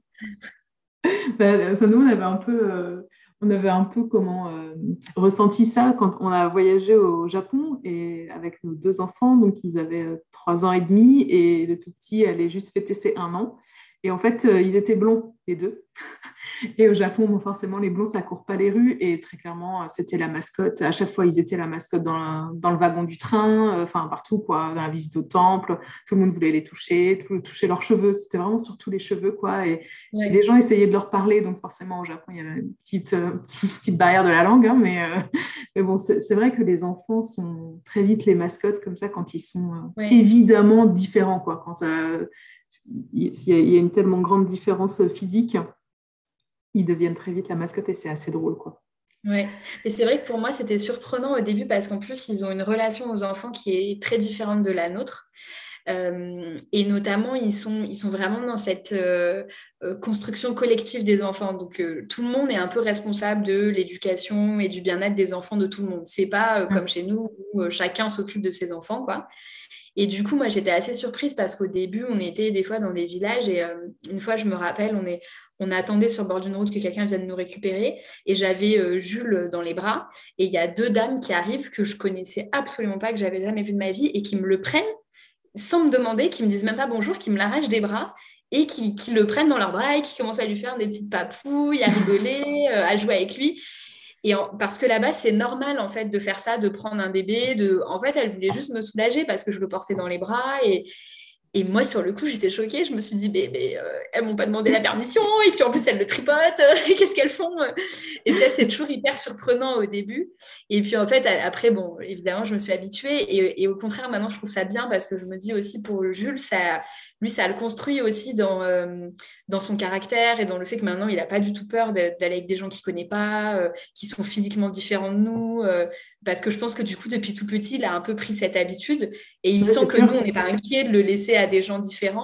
Enfin, nous, on avait un peu ressenti ça quand on a voyagé au Japon et avec nos deux enfants, donc ils avaient 3 ans et demi et le tout petit allait juste fêter ses 1 an. Et en fait, ils étaient blonds, les deux. Et au Japon, bon, forcément, les blonds, ça court pas les rues. Et très clairement, c'était la mascotte. À chaque fois, ils étaient la mascotte dans le wagon du train, enfin partout, quoi, dans la visite au temple. Tout le monde voulait les toucher, toucher leurs cheveux. C'était vraiment surtout les cheveux, quoi. Et les Ouais. gens essayaient de leur parler. Donc forcément, au Japon, il y avait une petite barrière de la langue. Hein, mais bon, c'est vrai que les enfants sont très vite les mascottes comme ça quand ils sont Ouais. évidemment différents, quoi. Il y a une tellement grande différence physique, ils deviennent très vite la mascotte et c'est assez drôle, quoi. Ouais. Et c'est vrai que pour moi, c'était surprenant au début parce qu'en plus, ils ont une relation aux enfants qui est très différente de la nôtre. Et notamment, ils sont vraiment dans cette construction collective des enfants. Donc, tout le monde est un peu responsable de l'éducation et du bien-être des enfants de tout le monde. C'est pas comme Mm. chez nous où chacun s'occupe de ses enfants, quoi. Et du coup, moi, j'étais assez surprise parce qu'au début, on était des fois dans des villages et une fois, je me rappelle, on attendait sur le bord d'une route que quelqu'un vienne nous récupérer et j'avais Jules dans les bras et il y a deux dames qui arrivent que je connaissais absolument pas, que j'avais jamais vu de ma vie et qui me le prennent sans me demander, qui me disent même pas bonjour, qui me l'arrachent des bras et qui le prennent dans leurs bras et qui commencent à lui faire des petites papouilles, à rigoler, à jouer avec lui. Parce que là-bas, c'est normal en fait de faire ça, de prendre un bébé. En fait, elle voulait juste me soulager parce que je le portais dans les bras. Et moi, sur le coup, j'étais choquée. Je me suis dit, mais elles m'ont pas demandé la permission. Et puis en plus, elles le tripotent. Qu'est-ce qu'elles font? Et ça, c'est toujours hyper surprenant au début. Et puis en fait, après, bon, évidemment, je me suis habituée. Et au contraire, maintenant, je trouve ça bien parce que je me dis aussi pour Jules, lui, ça le construit aussi dans son caractère et dans le fait que maintenant, il n'a pas du tout peur d'aller avec des gens qu'il ne connaît pas, qui sont physiquement différents de nous. Parce que je pense que du coup, depuis tout petit, il a un peu pris cette habitude et il Ouais, c'est sent que nous, sûr. on n'est pas inquiet de le laisser à des gens différents.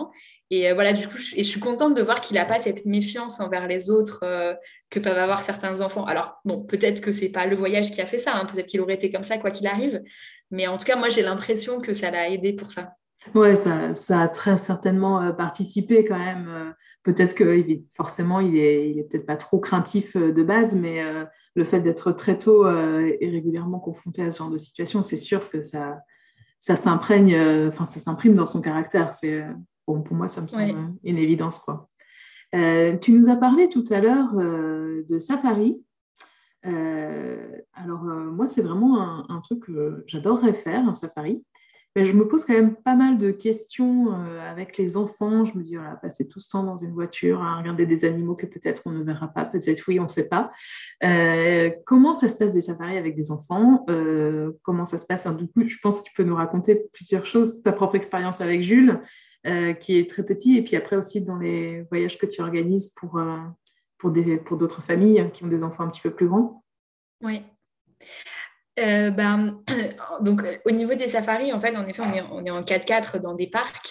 Et voilà, du coup, je suis contente de voir qu'il n'a pas cette méfiance envers les autres que peuvent avoir certains enfants. Alors, bon, peut-être que c'est pas le voyage qui a fait ça, hein, peut-être qu'il aurait été comme ça quoi qu'il arrive, mais en tout cas, moi, j'ai l'impression que ça l'a aidé pour ça. Ouais, ça a très certainement participé quand même. Peut-être que forcément, il est peut-être pas trop craintif de base, mais le fait d'être très tôt et régulièrement confronté à ce genre de situation, c'est sûr que ça s'imprègne, enfin, ça s'imprime dans son caractère. Bon, pour moi, ça me semble Ouais. une évidence, quoi. Tu nous as parlé tout à l'heure de safari. Alors, moi, c'est vraiment un truc que j'adorerais faire, un safari. Mais je me pose quand même pas mal de questions avec les enfants. Je me dis, voilà, passer tout ce temps dans une voiture à regarder des animaux que peut-être on ne verra pas, peut-être oui, on ne sait pas. Comment ça se passe des safaris avec des enfants? Comment ça se passe? Du coup, je pense que tu peux nous raconter plusieurs choses, ta propre expérience avec Jules, qui est très petit, et puis après aussi dans les voyages que tu organises pour d'autres familles qui ont des enfants un petit peu plus grands. Ouais. Donc, au niveau des safaris, en fait, en effet, on est en 4x4 dans des parcs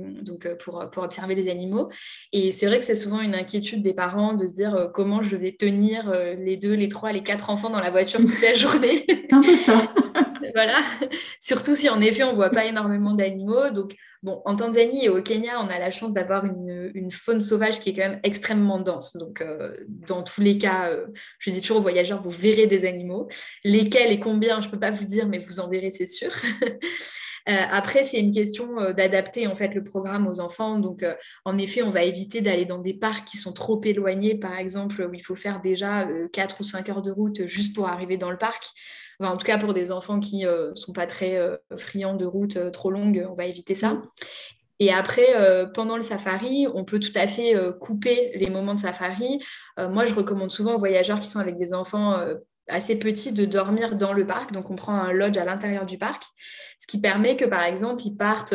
pour observer les animaux. Et c'est vrai que c'est souvent une inquiétude des parents de se dire comment je vais tenir les 2, les 3, les 4 enfants dans la voiture toute la journée. C'est un peu ça. Voilà, surtout si en effet on voit pas énormément d'animaux. Donc, bon, en Tanzanie et au Kenya, on a la chance d'avoir une faune sauvage qui est quand même extrêmement dense. Donc, dans tous les cas, je dis toujours aux voyageurs, vous verrez des animaux. Lesquels et combien, je peux pas vous dire, mais vous en verrez, c'est sûr. Après, c'est une question d'adapter en fait le programme aux enfants. Donc, en effet, on va éviter d'aller dans des parcs qui sont trop éloignés, par exemple, où il faut faire déjà 4 ou 5 heures de route juste pour arriver dans le parc. Enfin, en tout cas, pour des enfants qui ne sont pas très friands de routes trop longues, on va éviter ça. Mm. Et après, pendant le safari, on peut tout à fait couper les moments de safari. Moi, je recommande souvent aux voyageurs qui sont avec des enfants assez petits de dormir dans le parc. Donc, on prend un lodge à l'intérieur du parc, ce qui permet que, par exemple, ils partent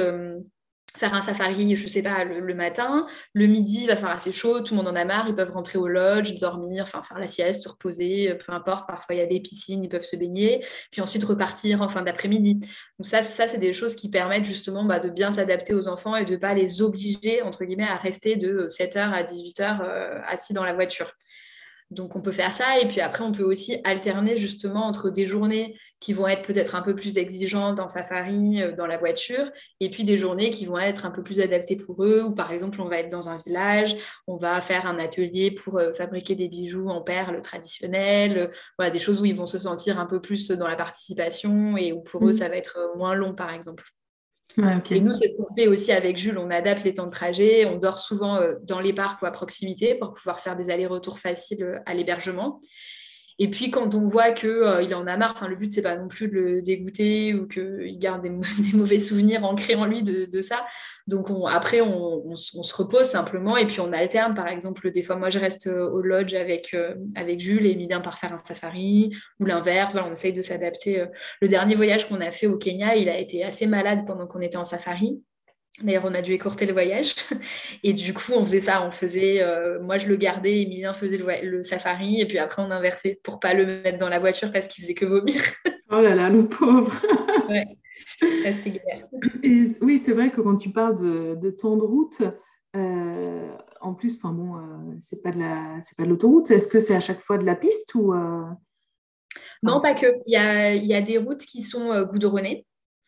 faire un safari, je ne sais pas, le matin. Le midi, il va faire assez chaud, tout le monde en a marre. Ils peuvent rentrer au lodge, dormir, enfin faire la sieste, se reposer, peu importe. Parfois, il y a des piscines, ils peuvent se baigner. Puis ensuite, repartir en fin d'après-midi. Donc ça c'est des choses qui permettent justement de bien s'adapter aux enfants et de ne pas les obliger, entre guillemets, à rester de 7h à 18h assis dans la voiture. Donc, on peut faire ça. Et puis après, on peut aussi alterner justement entre des journées qui vont être peut-être un peu plus exigeantes en safari, dans la voiture, et puis des journées qui vont être un peu plus adaptées pour eux. Ou par exemple, on va être dans un village, on va faire un atelier pour fabriquer des bijoux en perles traditionnelles. Voilà, des choses où ils vont se sentir un peu plus dans la participation et où pour eux, Mm. ça va être moins long, par exemple. Ouais, ok. Et nous, c'est ce qu'on fait aussi avec Jules. On adapte les temps de trajet. On dort souvent dans les parcs ou à proximité pour pouvoir faire des allers-retours faciles à l'hébergement. Et puis, quand on voit qu'il en a marre, enfin, le but, c'est pas non plus de le dégoûter ou qu'il garde des mauvais souvenirs ancrés en lui de ça. Donc, après, on se repose simplement et puis on alterne. Par exemple, des fois, moi, je reste au lodge avec Jules et Emilien part faire un safari ou l'inverse. Voilà, on essaye de s'adapter. Le dernier voyage qu'on a fait au Kenya, il a été assez malade pendant qu'on était en safari. D'ailleurs, on a dû écourter le voyage. Et du coup, on faisait ça. Moi, je le gardais, Emilien faisait le safari. Et puis après, on inversait pour pas le mettre dans la voiture parce qu'il faisait que vomir. Oh là là, le pauvre. Ouais, là, c'était galère. Et oui, c'est vrai que quand tu parles de temps de route, en plus, enfin bon, c'est pas de l'autoroute. Est-ce que c'est à chaque fois de la piste ou Non, enfin, pas que. Il y a des routes qui sont goudronnées.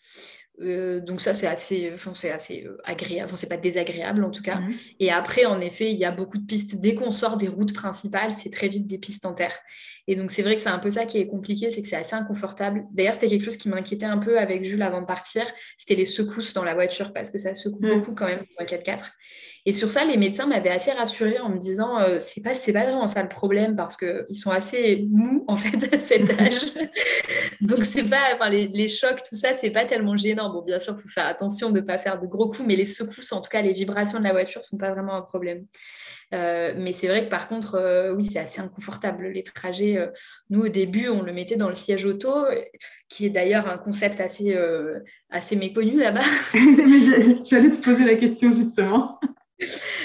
Donc ça, c'est assez agréable. Enfin, c'est pas désagréable en tout cas. mhm. Et après, en effet, il y a beaucoup de pistes. Dès qu'on sort des routes principales, c'est très vite des pistes en terre. Et donc c'est vrai que c'est un peu ça qui est compliqué, c'est que c'est assez inconfortable. D'ailleurs, c'était quelque chose qui m'inquiétait un peu avec Jules avant de partir. C'était les secousses dans la voiture parce que ça secoue Ouais. beaucoup quand même dans un 4x4. Et sur ça, les médecins m'avaient assez rassurée en me disant c'est pas vraiment ça le problème parce qu'ils sont assez mous en fait à cet âge. Donc, c'est pas, enfin, les chocs, tout ça, c'est pas tellement gênant. Bon, bien sûr, il faut faire attention de ne pas faire de gros coups, mais les secousses, en tout cas, les vibrations de la voiture sont pas vraiment un problème. Mais c'est vrai que par contre, oui, c'est assez inconfortable les trajets. Nous, au début, on le mettait dans le siège auto, qui est d'ailleurs un concept assez méconnu là-bas. Mais j'allais te poser la question justement.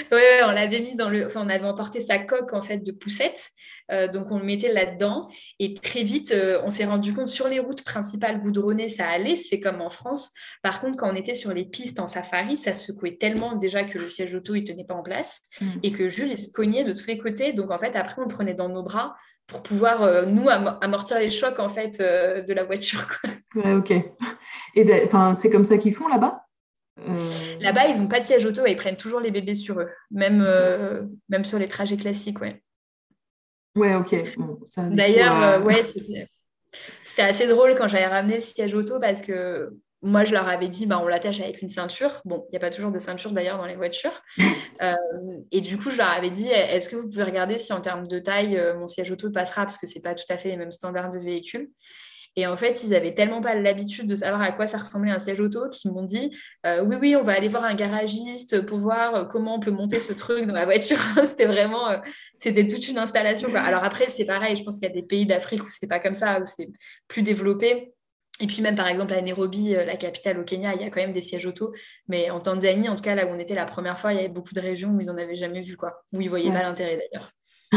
Ouais, on l'avait mis Enfin, on avait emporté sa coque en fait de poussette, donc on le mettait là-dedans. Et très vite, on s'est rendu compte sur les routes principales goudronnées, ça allait, c'est comme en France. Par contre, quand on était sur les pistes en safari, ça secouait tellement déjà que le siège auto il tenait pas en place et que Jules il se cognait de tous les côtés. Donc en fait, après, on le prenait dans nos bras pour pouvoir nous amortir les chocs en fait de la voiture, quoi. Ouais, ok. Et enfin, c'est comme ça qu'ils font là-bas? Là-bas, ils n'ont pas de siège auto et ils prennent toujours les bébés sur eux, même sur les trajets classiques, ouais. Ouais, ok. Bon, ça, du coup, D'ailleurs, ouais, c'était assez drôle quand j'avais ramené le siège auto parce que moi, je leur avais dit, bah, on l'attache avec une ceinture. Bon, il n'y a pas toujours de ceinture d'ailleurs dans les voitures. Euh, et du coup, je leur avais dit, est-ce que vous pouvez regarder si en termes de taille, mon siège auto passera parce que c'est pas tout à fait les mêmes standards de véhicule. Et en fait, ils avaient tellement pas l'habitude de savoir à quoi ça ressemblait un siège auto qu'ils m'ont dit oui, oui, on va aller voir un garagiste pour voir comment on peut monter ce truc dans la voiture. C'était vraiment, c'était toute une installation, quoi. Alors après, c'est pareil, je pense qu'il y a des pays d'Afrique où c'est pas comme ça, où c'est plus développé. Et puis même, par exemple, à Nairobi, la capitale au Kenya, il y a quand même des sièges auto. Mais en Tanzanie, en tout cas, là où on était la première fois, il y avait beaucoup de régions où ils n'en avaient jamais vu, quoi. Où ils voyaient pas ouais. l'intérêt, d'ailleurs.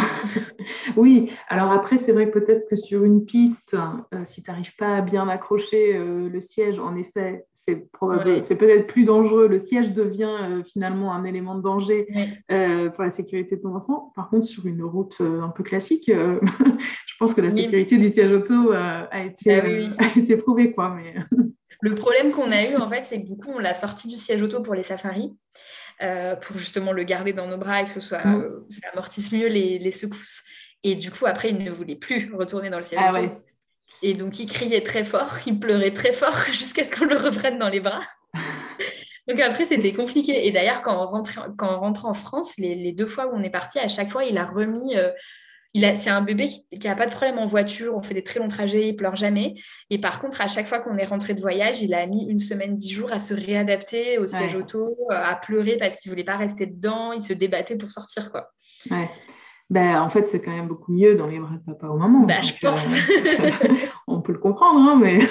Oui, alors après, c'est vrai que peut-être que sur une piste, si tu n'arrives pas à bien accrocher le siège, en effet, Ouais. c'est peut-être plus dangereux. Le siège devient finalement un élément de danger Ouais. pour la sécurité de ton enfant. Par contre, sur une route un peu classique, je pense que la Oui, sécurité du siège auto bah oui, oui. a été prouvée, quoi. Mais... Le problème qu'on a eu, en fait, c'est que du coup, on l'a sorti du siège auto pour les safaris, pour justement le garder dans nos bras et que Mm. ça amortisse mieux les secousses. Et du coup, après, il ne voulait plus retourner dans le siège Ah ouais. auto. Et donc, il criait très fort, il pleurait très fort jusqu'à ce qu'on le reprenne dans les bras. Donc après, c'était compliqué. Et d'ailleurs, quand on rentrait en France, les deux fois où on est parti, à chaque fois, il a remis c'est un bébé qui n'a pas de problème en voiture, on fait des très longs trajets, il pleure jamais. Et par contre, à chaque fois qu'on est rentré de voyage, il a mis une semaine, 10 jours à se réadapter au siège Ouais. auto, à pleurer parce qu'il voulait pas rester dedans, il se débattait pour sortir, quoi. Ouais. Ben, en fait, c'est quand même beaucoup mieux dans les bras de papa ou maman. Bah, je Donc, pense. on peut le comprendre, hein, mais...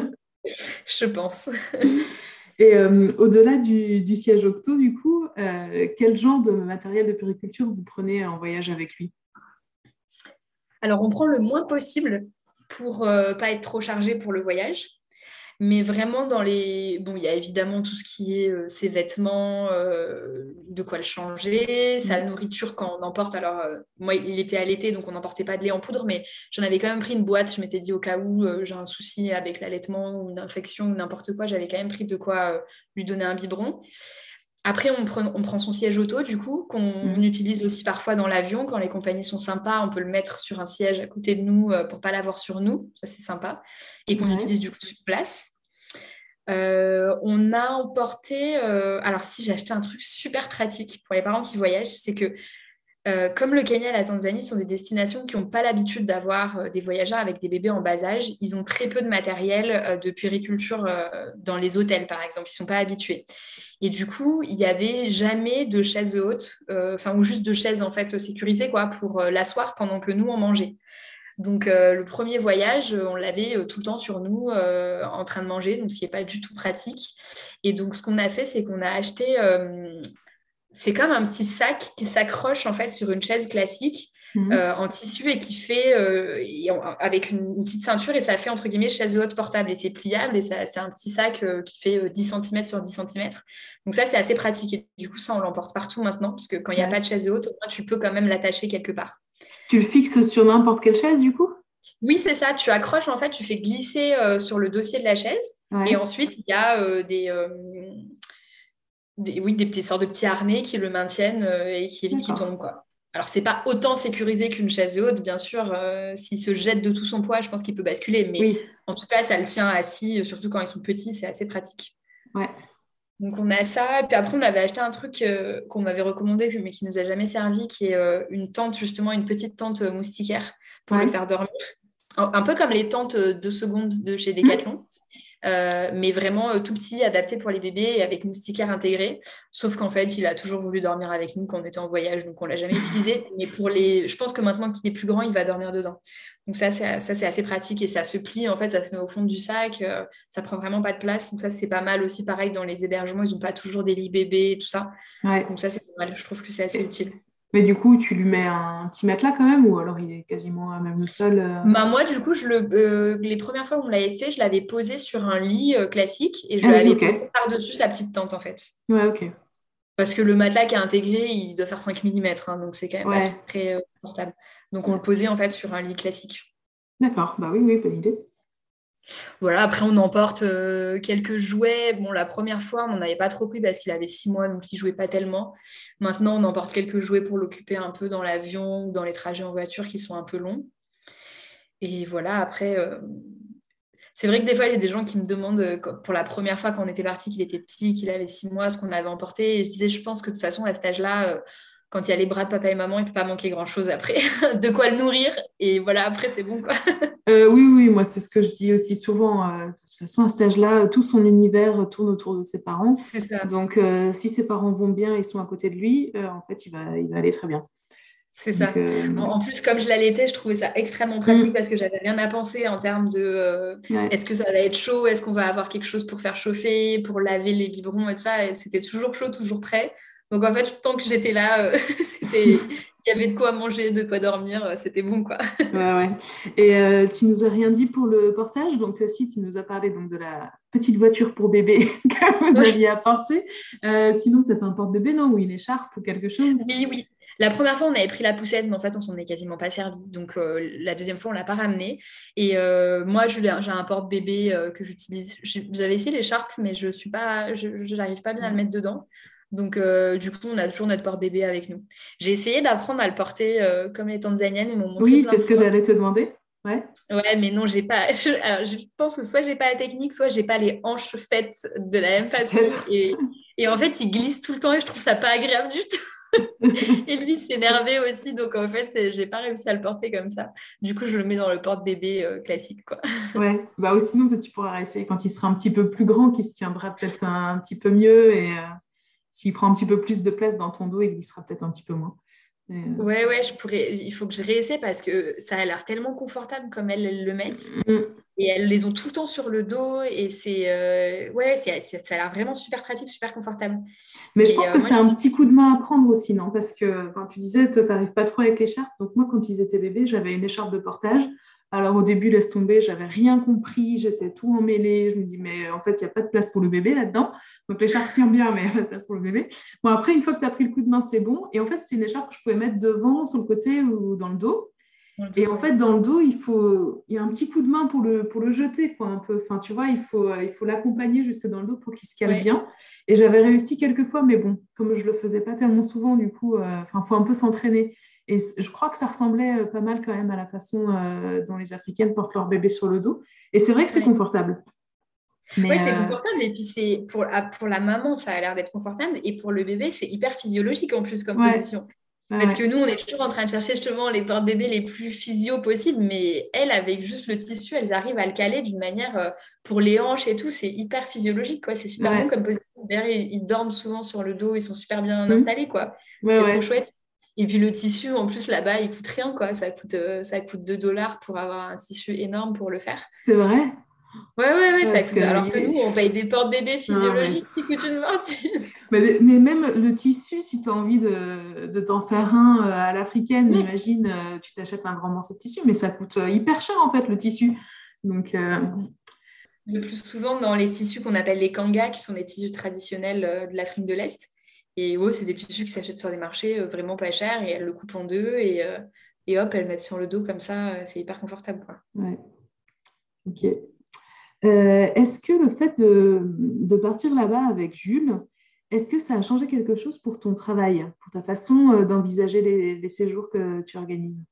Je pense. Et au-delà du siège octo, du coup, quel genre de matériel de périculture vous prenez en voyage avec lui? Alors, on prend le moins possible pour pas être trop chargé pour le voyage. Mais vraiment dans les... Bon, il y a évidemment tout ce qui est ses vêtements, de quoi le changer, sa Mm. nourriture quand on emporte. Alors, moi, il était allaité, donc on n'emportait pas de lait en poudre, mais j'en avais quand même pris une boîte. Je m'étais dit au cas où j'ai un souci avec l'allaitement ou une infection ou n'importe quoi, j'avais quand même pris de quoi lui donner un biberon. Après, on prend son siège auto, du coup, qu'on Mm. utilise aussi parfois dans l'avion. Quand les compagnies sont sympas, on peut le mettre sur un siège à côté de nous pour pas l'avoir sur nous. Ça, c'est sympa. Et qu'on Ouais. utilise du coup sur place. On a emporté, alors si j'ai acheté un truc super pratique pour les parents qui voyagent, c'est que comme le Kenya et la Tanzanie sont des destinations qui n'ont pas l'habitude d'avoir des voyageurs avec des bébés en bas âge, ils ont très peu de matériel de puériculture dans les hôtels, par exemple. Ils ne sont pas habitués. Et du coup, il n'y avait jamais de chaise haute, enfin, ou juste de chaises en fait sécurisées quoi, pour l'asseoir pendant que nous, on mangeait. Donc, le premier voyage, on l'avait tout le temps sur nous en train de manger, donc ce qui n'est pas du tout pratique. Et donc, ce qu'on a fait, c'est qu'on a acheté, c'est comme un petit sac qui s'accroche en fait sur une chaise classique Mm. en tissu et qui fait, avec une petite ceinture, et ça fait entre guillemets chaise haute portable. Et c'est pliable et c'est un petit sac qui fait 10 cm sur 10 cm. Donc, ça, c'est assez pratique. Et du coup, ça, on l'emporte partout maintenant, parce que quand il n'y a pas Ouais. de chaise haute, au moins, tu peux quand même l'attacher quelque part. Tu le fixes sur n'importe quelle chaise, du coup? Oui, c'est ça. Tu accroches, en fait, tu fais glisser sur le dossier de la chaise. Et Ouais. ensuite, il y a oui, des sortes de petits harnais qui le maintiennent et qui évitent qu'il D'accord. tombe, quoi. Alors, c'est pas autant sécurisé qu'une chaise haute, bien sûr. S'il se jette de tout son poids, je pense qu'il peut basculer. Mais Oui. en tout cas, ça le tient assis, surtout quand ils sont petits, c'est assez pratique. Ouais. Donc, on a ça. Et puis après, on avait acheté un truc qu'on m'avait recommandé, mais qui nous a jamais servi, qui est une tente, justement, une petite tente moustiquaire pour le Ouais. faire dormir. Un peu comme les tentes 2 secondes de chez Mm. Decathlon. mais vraiment tout petit, adapté pour les bébés et avec moustiquaire intégré. Sauf qu'en fait, il a toujours voulu dormir avec nous quand on était en voyage, donc on l'a jamais utilisé. Mais je pense que maintenant qu'il est plus grand, il va dormir dedans. Donc c'est assez pratique et ça se plie, en fait, ça se met au fond du sac, ça prend vraiment pas de place. Donc ça, c'est pas mal aussi. Pareil, dans les hébergements, ils ont pas toujours des lits bébés et tout ça. Ouais. Donc ça, c'est pas mal. Je trouve que c'est assez utile. Mais du coup, tu lui mets un petit matelas quand même, ou alors il est quasiment à même le sol Bah, moi, du coup, les premières fois où on l'avait fait, je l'avais posé sur un lit classique et je Ah oui, l'avais ok. posé par-dessus sa petite tente, en fait. Ouais, ok. Parce que le matelas qui est intégré, il doit faire 5 millimètres, hein, donc c'est quand même pas Ouais. très confortable. Donc on le Ouais. posait en fait sur un lit classique. D'accord. Bah oui, oui, bonne idée. Voilà, après on emporte quelques jouets. Bon, la première fois, on n'en avait pas trop pris parce qu'il avait 6 mois, donc il jouait pas tellement. Maintenant, on emporte quelques jouets pour l'occuper un peu dans l'avion ou dans les trajets en voiture qui sont un peu longs. Et voilà, après, c'est vrai que des fois, il y a des gens qui me demandent, pour la première fois quand on était parti, qu'il était petit, qu'il avait 6 mois, ce qu'on avait emporté. Et je disais, je pense que de toute façon, à cet âge-là, quand il y a les bras de papa et maman, il ne peut pas manquer grand-chose après. De quoi le nourrir. Et voilà, après, c'est bon, quoi. Oui, oui, moi, c'est ce que je dis aussi souvent. De toute façon, à cet âge-là, tout son univers tourne autour de ses parents. C'est ça. Donc, si ses parents vont bien, ils sont à côté de lui, en fait, il va aller très bien. C'est Donc, ça. En plus, comme je l'allaitais, je trouvais ça extrêmement pratique mm, parce que j'avais rien à penser en termes de ouais. est-ce que ça va être chaud, est-ce qu'on va avoir quelque chose pour faire chauffer, pour laver les biberons et tout ça. Et c'était toujours chaud, toujours prêt. Donc en fait, tant que j'étais là, il y avait de quoi manger, de quoi dormir, c'était bon quoi. Ouais, ouais. Et tu nous as rien dit pour le portage. Donc, si tu nous as parlé donc, de la petite voiture pour bébé que vous Oui, aviez apportée. Sinon, peut-être un porte-bébé, non? Ou une écharpe ou quelque chose. oui, oui. La première fois, on avait pris la poussette, mais en fait, on s'en est quasiment pas servi. Donc, la deuxième fois, on l'a pas ramené. Et moi, j'ai un porte-bébé que j'utilise. J'avais essayé l'écharpe, mais je n'arrive pas bien à le Ouais. mettre dedans. Donc, du coup, on a toujours notre porte-bébé avec nous. J'ai essayé d'apprendre à le porter comme les Tanzaniennes, ils m'ont montré Oui, plein c'est de ce que fois. j'allais te demander. Ouais. Ouais, mais non, j'ai pas. Alors, je pense que soit j'ai pas la technique, soit j'ai pas les hanches faites de la même façon. Peut-être. Et en fait, il glisse tout le temps et je trouve ça pas agréable du tout. Et lui s'énervait aussi, donc en fait, j'ai pas réussi à le porter comme ça. Du coup, je le mets dans le porte-bébé classique, quoi. Ouais, bah, ou sinon, peut-être tu pourras essayer quand il sera un petit peu plus grand, qu'il se tiendra peut-être un petit peu mieux et s'il prend un petit peu plus de place dans ton dos, il glissera peut-être un petit peu moins. Et, Ouais, ouais, il faut que je réessaie parce que ça a l'air tellement confortable comme elles le mettent. mm. Et elles les ont tout le temps sur le dos et ouais, ça a l'air vraiment super pratique, super confortable. Mais je Mais pense que moi, c'est un petit coup de main à prendre aussi, non? Parce que quand tu disais, toi, tu n'arrives pas trop avec l'écharpe. Donc moi, quand ils étaient bébés, j'avais une écharpe de portage. Alors au début, laisse tomber, j'avais rien compris, j'étais tout emmêlée. Je me dis, mais en fait, il n'y a pas de place pour le bébé là-dedans. Donc l'écharpe tient bien, mais il n'y a pas de place pour le bébé. Bon, après, une fois que tu as pris le coup de main, c'est bon. Et en fait, c'est une écharpe que je pouvais mettre devant, sur le côté ou dans le dos. dans le Et dos, en ouais. fait, dans le dos, il y a un petit coup de main pour le jeter, quoi, un peu. Enfin, tu vois, il faut l'accompagner jusque dans le dos pour qu'il se cale Ouais, bien. Et j'avais réussi quelques fois, mais bon, comme je le faisais pas tellement souvent, du coup, enfin, faut un peu s'entraîner. Et je crois que ça ressemblait pas mal quand même à la façon dont les Africaines portent leur bébé sur le dos. Et c'est vrai que c'est ouais. confortable. Mais Ouais, c'est confortable. Et puis, pour la maman, ça a l'air d'être confortable. Et pour le bébé, c'est hyper physiologique en plus comme ouais, position. ouais, Parce ouais. que nous, on est toujours en train de chercher justement les porte-bébés les plus physio possibles, mais elles, avec juste le tissu, elles arrivent à le caler d'une manière, pour les hanches et tout, c'est hyper physiologique, quoi. C'est super bon Ouais. comme position. D'ailleurs, ils dorment souvent sur le dos, ils sont super bien Hmm. installés, quoi. Ouais, C'est trop ouais. chouette. Et puis le tissu, en plus, là-bas, il coûte rien, quoi. Ça coûte 2 $ pour avoir un tissu énorme pour le faire. C'est vrai. Ouais, ouais, ouais, Ouais, ça parce coûte. Alors que que nous, on paye des porte-bébés non, mais physiologiques qui coûtent une fortune. Mais même le tissu, si tu as envie de t'en faire un à l'africaine, Mm. imagine, tu t'achètes un grand morceau de tissu, mais ça coûte hyper cher en fait le tissu. Donc, Le plus souvent dans les tissus qu'on appelle les kangas, qui sont des tissus traditionnels de l'Afrique de l'Est. Et ouais, c'est des tissus qui s'achètent sur des marchés vraiment pas chers et elles le coupent en deux et hop, elles le mettent sur le dos comme ça, c'est hyper confortable, quoi. ouais, ok. Est-ce que le fait de partir là-bas avec Jules, est-ce que ça a changé quelque chose pour ton travail, pour ta façon d'envisager les séjours que tu organises?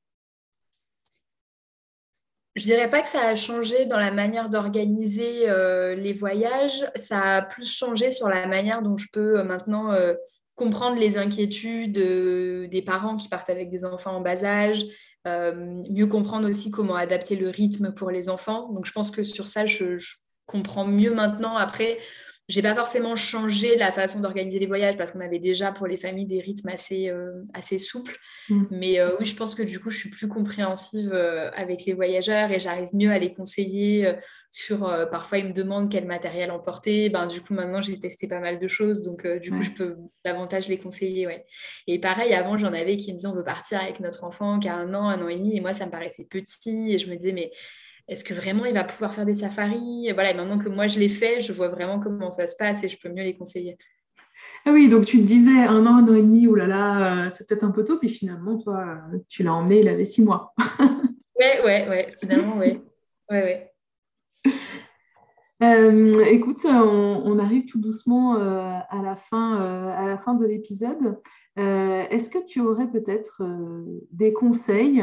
Je dirais pas que ça a changé dans la manière d'organiser les voyages, ça a plus changé sur la manière dont je peux maintenant comprendre les inquiétudes des parents qui partent avec des enfants en bas âge, mieux comprendre aussi comment adapter le rythme pour les enfants. Donc je pense que sur ça, je comprends mieux maintenant. Après, j'ai pas forcément changé la façon d'organiser les voyages parce qu'on avait déjà pour les familles des rythmes assez souples. Mais oui, je pense que du coup, je suis plus compréhensive avec les voyageurs et j'arrive mieux à les conseiller parfois, ils me demandent quel matériel emporter. Ben, du coup, maintenant, j'ai testé pas mal de choses. Donc, du coup, je peux davantage les conseiller. Ouais. Et pareil, avant, j'en avais qui me disaient on veut partir avec notre enfant qui a 1 an et demi. Et moi, ça me paraissait petit. Et je me disais, mais est-ce que vraiment il va pouvoir faire des safaris? Et voilà, et maintenant que moi, je l'ai fait, je vois vraiment comment ça se passe et je peux mieux les conseiller. Ah oui, donc tu te disais 1 an et demi, oh là là, c'est peut-être un peu tôt, puis finalement, toi, tu l'as emmené, il avait 6 mois. Ouais, finalement, ouais. Ouais. Écoute, on arrive tout doucement à la fin de l'épisode. Est-ce que tu aurais peut-être des conseils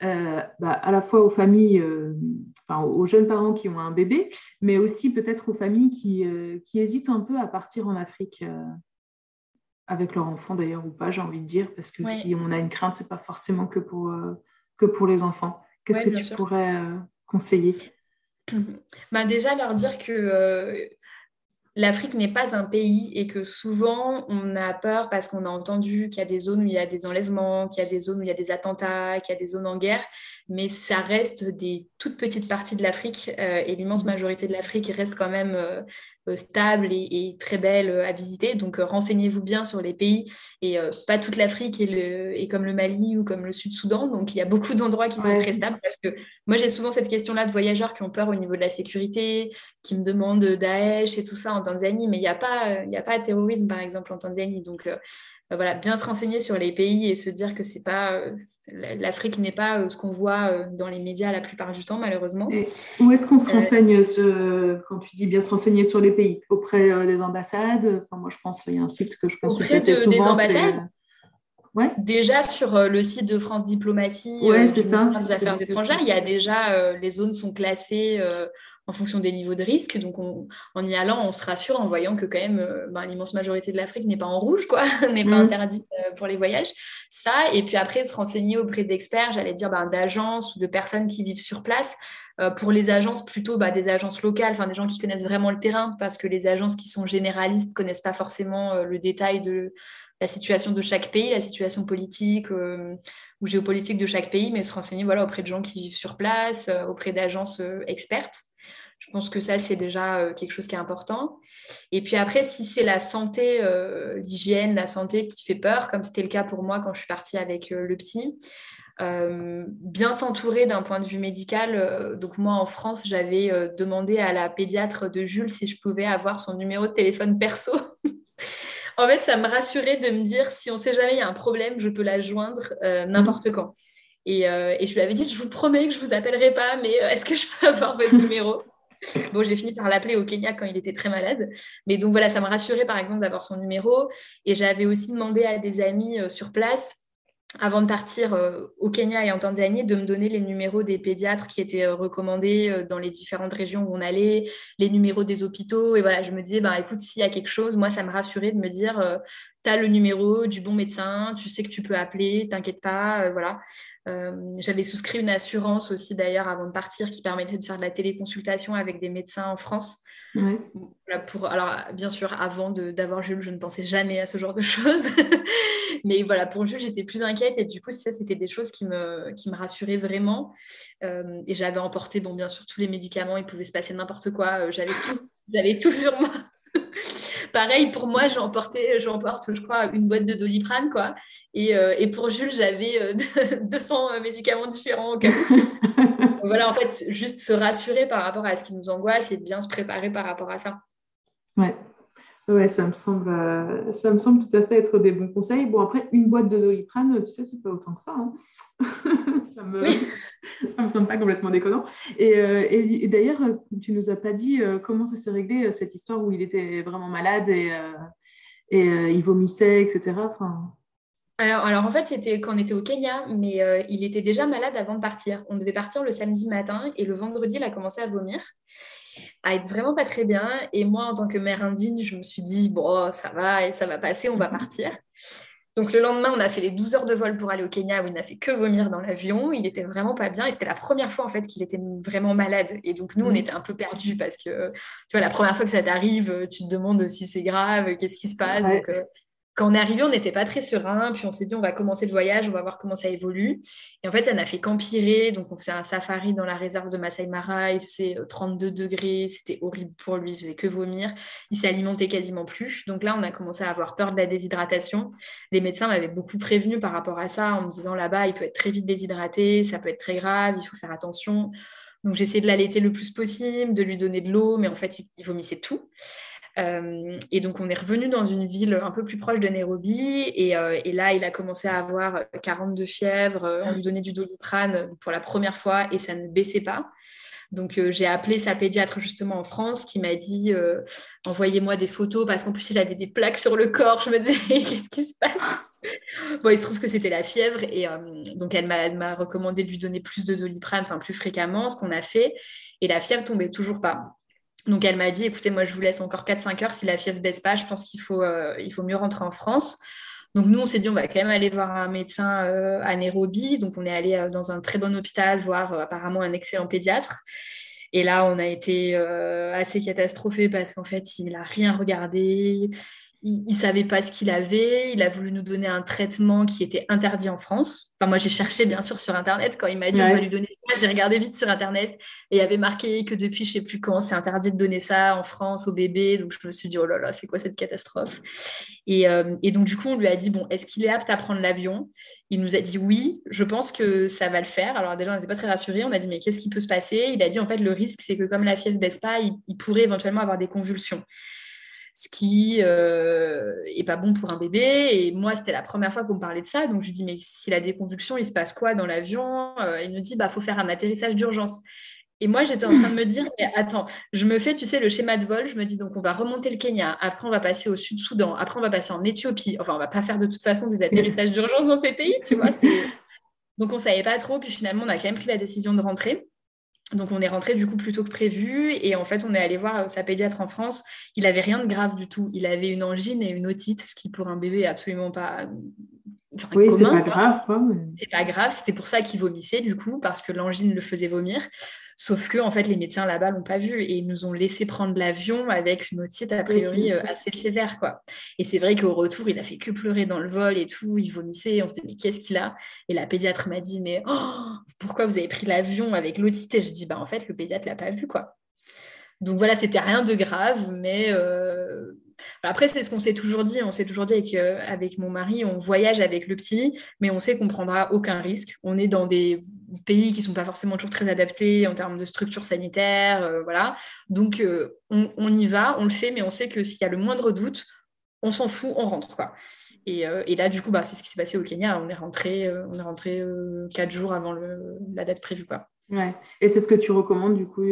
à la fois aux familles, enfin, aux jeunes parents qui ont un bébé, mais aussi peut-être aux familles qui hésitent un peu à partir en Afrique avec leur enfant d'ailleurs ou pas, j'ai envie de dire, parce que Ouais, si on a une crainte, c'est pas forcément que pour les enfants. Qu'est-ce ouais, que bien tu sûr. pourrais conseiller? Bah, déjà, leur dire que l'Afrique n'est pas un pays et que souvent on a peur parce qu'on a entendu qu'il y a des zones où il y a des enlèvements, qu'il y a des zones où il y a des attentats, qu'il y a des zones en guerre, mais ça reste des toutes petites parties de l'Afrique et l'immense majorité de l'Afrique reste quand même stable et très belle à visiter. Donc renseignez-vous bien sur les pays et pas toute l'Afrique est comme le Mali ou comme le Sud-Soudan. Donc il y a beaucoup d'endroits qui sont Ouais, très stables parce que moi j'ai souvent cette question-là de voyageurs qui ont peur au niveau de la sécurité qui me demandent Daesh et tout ça en Tanzanie, mais il y a pas de terrorisme, par exemple, en Tanzanie. Donc, voilà, bien se renseigner sur les pays et se dire que c'est pas, l'Afrique n'est pas ce qu'on voit dans les médias la plupart du temps, malheureusement. et où est-ce qu'on se Euh, renseigne quand tu dis bien se renseigner sur les pays? Auprès des ambassades? Enfin, moi, je pense qu'il y a un site que je consulte auprès assez des souvent, c'est... ambassades, Ouais, déjà sur le site de France Diplomatie ouais, c'est du ça, ministère c'est des Affaires celui que je étrangères, il y a consulte. déjà les zones sont classées en fonction des niveaux de risque. Donc en y allant, on se rassure en voyant que quand même l'immense majorité de l'Afrique n'est pas en rouge, quoi, n'est pas Mm. interdite pour les voyages. Ça, et puis après se renseigner auprès d'experts, j'allais dire d'agences ou de personnes qui vivent sur place. Pour les agences, plutôt des agences locales, enfin des gens qui connaissent vraiment le terrain, parce que les agences qui sont généralistes connaissent pas forcément le détail de la situation de chaque pays, la situation politique ou géopolitique de chaque pays, mais se renseigner voilà, auprès de gens qui vivent sur place, auprès d'agences expertes. Je pense que ça, c'est déjà quelque chose qui est important. Et puis après, si c'est la santé, l'hygiène, la santé qui fait peur, comme c'était le cas pour moi quand je suis partie avec le petit, bien s'entourer d'un point de vue médical. Donc moi, en France, j'avais demandé à la pédiatre de Jules si je pouvais avoir son numéro de téléphone perso. En fait, ça me rassurait de me dire, si on sait jamais, il y a un problème, je peux la joindre Mm. n'importe quand. Et je lui avais dit, je vous promets que je ne vous appellerai pas, mais est-ce que je peux avoir votre numéro? Bon, j'ai fini par l'appeler au Kenya quand il était très malade. Mais donc voilà, ça me rassurait par exemple d'avoir son numéro. Et j'avais aussi demandé à des amis sur place avant de partir au Kenya et en Tanzanie, de me donner les numéros des pédiatres qui étaient recommandés dans les différentes régions où on allait, les numéros des hôpitaux. Et voilà, je me disais, bah, écoute, s'il y a quelque chose, moi, ça me rassurait de me dire, tu as le numéro du bon médecin, tu sais que tu peux appeler, t'inquiète pas. Voilà. J'avais souscrit une assurance aussi, d'ailleurs, avant de partir, qui permettait de faire de la téléconsultation avec des médecins en France. Ouais. Voilà, alors, bien sûr, avant d'avoir Jules, je ne pensais jamais à ce genre de choses. Mais voilà, pour Jules, j'étais plus inquiète. Et du coup, ça, c'était des choses qui me rassuraient vraiment. Et j'avais emporté, bon, bien sûr, tous les médicaments. Il pouvait se passer n'importe quoi. J'avais tout. J'avais tout sur moi. Pareil, pour moi, j'emporte, je crois, une boîte de Doliprane, quoi. Et pour Jules, j'avais 200 médicaments différents au cas où. Voilà, en fait, juste se rassurer par rapport à ce qui nous angoisse et bien se préparer par rapport à ça. Ouais. Ouais, ça me semble tout à fait être des bons conseils. Bon, après, une boîte de Doliprane, tu sais, c'est pas autant que ça, hein. Oui. Ça me semble pas complètement déconnant. Et d'ailleurs, tu nous as pas dit comment ça s'est réglé, cette histoire où il était vraiment malade et il vomissait, etc. Enfin, Alors, en fait, c'était quand on était au Kenya, mais il était déjà malade avant de partir. On devait partir le samedi matin et le vendredi, il a commencé à vomir, à être vraiment pas très bien. Et moi, en tant que mère indigne, je me suis dit, bon, ça va passer, on va partir. Donc le lendemain, on a fait les 12 heures de vol pour aller au Kenya où il n'a fait que vomir dans l'avion. Il était vraiment pas bien et c'était la première fois en fait qu'il était vraiment malade. Et donc nous, on était un peu perdus parce que tu vois, la première fois que ça t'arrive, tu te demandes si c'est grave, qu'est-ce qui se passe. Ouais. Donc quand on est arrivé, on n'était pas très serein. Puis on s'est dit, on va commencer le voyage, on va voir comment ça évolue. Et en fait, ça n'a fait qu'empirer. Donc on faisait un safari dans la réserve de Masai Mara. Il faisait 32 degrés. C'était horrible pour lui. Il faisait que vomir. Il s'alimentait quasiment plus. Donc là, on a commencé à avoir peur de la déshydratation. Les médecins m'avaient beaucoup prévenu par rapport à ça en me disant là-bas, il peut être très vite déshydraté, ça peut être très grave, il faut faire attention. Donc j'essayais de l'allaiter le plus possible, de lui donner de l'eau, mais en fait, il vomissait tout. Et donc, on est revenu dans une ville un peu plus proche de Nairobi. Et là, il a commencé à avoir 42 fièvres. On lui donnait du Doliprane pour la première fois et ça ne baissait pas. Donc, j'ai appelé sa pédiatre justement en France qui m'a dit envoyez-moi des photos parce qu'en plus, il avait des plaques sur le corps. Je me disais qu'est-ce qui se passe? Bon, il se trouve que c'était la fièvre et donc elle m'a recommandé de lui donner plus de Doliprane, enfin plus fréquemment, ce qu'on a fait. Et la fièvre tombait toujours pas. Donc, elle m'a dit, écoutez, moi, je vous laisse encore 4-5 heures. Si la fièvre ne baisse pas, je pense qu'il faut mieux rentrer en France. Donc, nous, on s'est dit, on va quand même aller voir un médecin à Nairobi. Donc, on est allé dans un très bon hôpital voir apparemment un excellent pédiatre. Et là, on a été assez catastrophés parce qu'en fait, il n'a rien regardé. Il ne savait pas ce qu'il avait. Il a voulu nous donner un traitement qui était interdit en France. Enfin, moi, j'ai cherché, bien sûr, sur Internet. Quand il m'a dit, on va lui donner ça, j'ai regardé vite sur Internet. Et il y avait marqué que depuis, je ne sais plus quand, c'est interdit de donner ça en France aux bébés. Donc, je me suis dit, oh là là, c'est quoi cette catastrophe? Et donc, du coup, on lui a dit, bon, est-ce qu'il est apte à prendre l'avion? Il nous a dit oui, je pense que ça va le faire. Alors, déjà, on n'était pas très rassurés. On a dit, mais qu'est-ce qui peut se passer? Il a dit, en fait, le risque, c'est que comme la fièvre ne baisse pas, il pourrait éventuellement avoir des convulsions. Ce qui est pas bon pour un bébé. Et moi, c'était la première fois qu'on me parlait de ça. Donc, je lui dis, mais s'il a des convulsions, il se passe quoi dans l'avion? Il me dit, bah, faut faire un atterrissage d'urgence. Et moi, j'étais en train de me dire, mais attends, je me fais, tu sais, le schéma de vol. Je me dis, donc, on va remonter le Kenya. Après, on va passer au Sud-Soudan. Après, on va passer en Éthiopie. Enfin, on va pas faire de toute façon des atterrissages d'urgence dans ces pays, tu vois. Donc, on savait pas trop. Puis finalement, on a quand même pris la décision de rentrer. Donc, on est rentré du coup plus tôt que prévu. Et en fait, on est allé voir sa pédiatre en France. Il n'avait rien de grave du tout. Il avait une angine et une otite, ce qui pour un bébé est absolument pas oui, commun. C'est pas grave, quoi. C'est pas grave. C'était pour ça qu'il vomissait, du coup, parce que l'angine le faisait vomir. Sauf que, en fait, les médecins là-bas l'ont pas vu et ils nous ont laissé prendre l'avion avec une otite a priori assez sévère, quoi. Et c'est vrai qu'au retour, il a fait que pleurer dans le vol et tout. Il vomissait. On se dit, mais qu'est-ce qu'il a? Et la pédiatre m'a dit, mais pourquoi vous avez pris l'avion avec l'otite? Et je dis, bah en fait, le pédiatre l'a pas vu, quoi. Donc voilà, c'était rien de grave, mais après, c'est ce qu'on s'est toujours dit. On s'est toujours dit avec mon mari, on voyage avec le petit, mais on sait qu'on ne prendra aucun risque. On est dans des pays qui ne sont pas forcément toujours très adaptés en termes de structure sanitaire, voilà. Donc, on y va, on le fait, mais on sait que s'il y a le moindre doute, on s'en fout, on rentre, quoi. Et là, du coup, bah, c'est ce qui s'est passé au Kenya. On est rentré 4 jours avant la date prévue, quoi. Ouais. Et c'est ce que tu recommandes, du coup,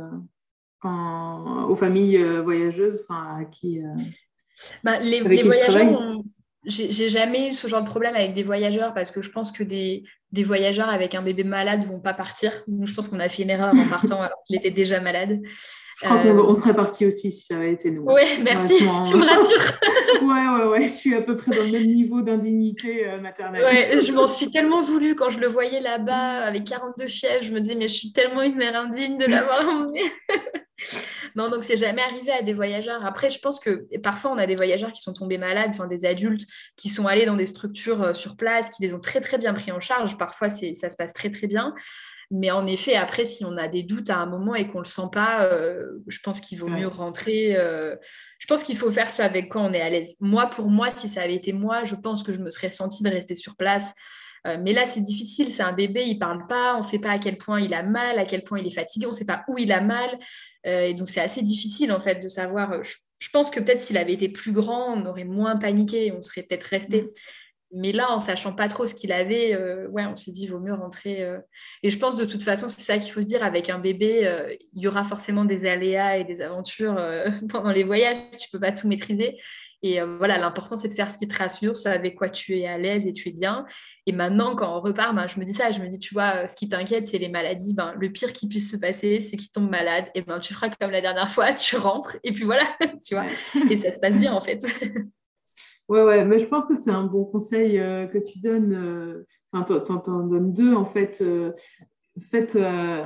aux familles voyageuses, à qui les voyageurs, j'ai jamais eu ce genre de problème avec des voyageurs parce que je pense que des voyageurs avec un bébé malade vont pas partir. Nous, je pense qu'on a fait une erreur en partant alors qu'il était déjà malade. Je crois qu'on serait parti aussi si ça avait été nous. Oui, merci, tu me rassures. Ouais, je suis à peu près dans le même niveau d'indignité maternelle. Ouais, je m'en suis tellement voulu quand je le voyais là-bas avec 42 fièvres. Je me disais, mais je suis tellement une mère indigne de l'avoir emmené. Non, donc c'est jamais arrivé à des voyageurs. Après, je pense que parfois, on a des voyageurs qui sont tombés malades, enfin des adultes qui sont allés dans des structures sur place, qui les ont très, très bien pris en charge. Parfois, ça se passe très, très bien. Mais en effet, après, si on a des doutes à un moment et qu'on ne le sent pas, je pense qu'il vaut mieux rentrer. Je pense qu'il faut faire ce avec quoi on est à l'aise. Moi, pour moi, si ça avait été moi, je pense que je me serais sentie de rester sur place. Mais là, c'est difficile. C'est un bébé, il ne parle pas. On ne sait pas à quel point il a mal, à quel point il est fatigué. On ne sait pas où il a mal. Et donc, c'est assez difficile, en fait, de savoir. Je pense que peut-être s'il avait été plus grand, on aurait moins paniqué. On serait peut-être resté. Mais là, en sachant pas trop ce qu'il avait, on s'est dit, il vaut mieux rentrer. Et je pense de toute façon, c'est ça qu'il faut se dire, avec un bébé, il y aura forcément des aléas et des aventures pendant les voyages. Tu peux pas tout maîtriser. Et voilà, l'important, c'est de faire ce qui te rassure, ce avec quoi tu es à l'aise et tu es bien. Et maintenant, quand on repart, je me dis ça, je me dis, tu vois, ce qui t'inquiète, c'est les maladies. Le pire qui puisse se passer, c'est qu'il tombe malade. Et tu feras comme la dernière fois, tu rentres. Et puis voilà, tu vois. Et ça se passe bien, en fait. Ouais, mais je pense que c'est un bon conseil que tu donnes. Enfin, t'en donnes deux, en fait. Faites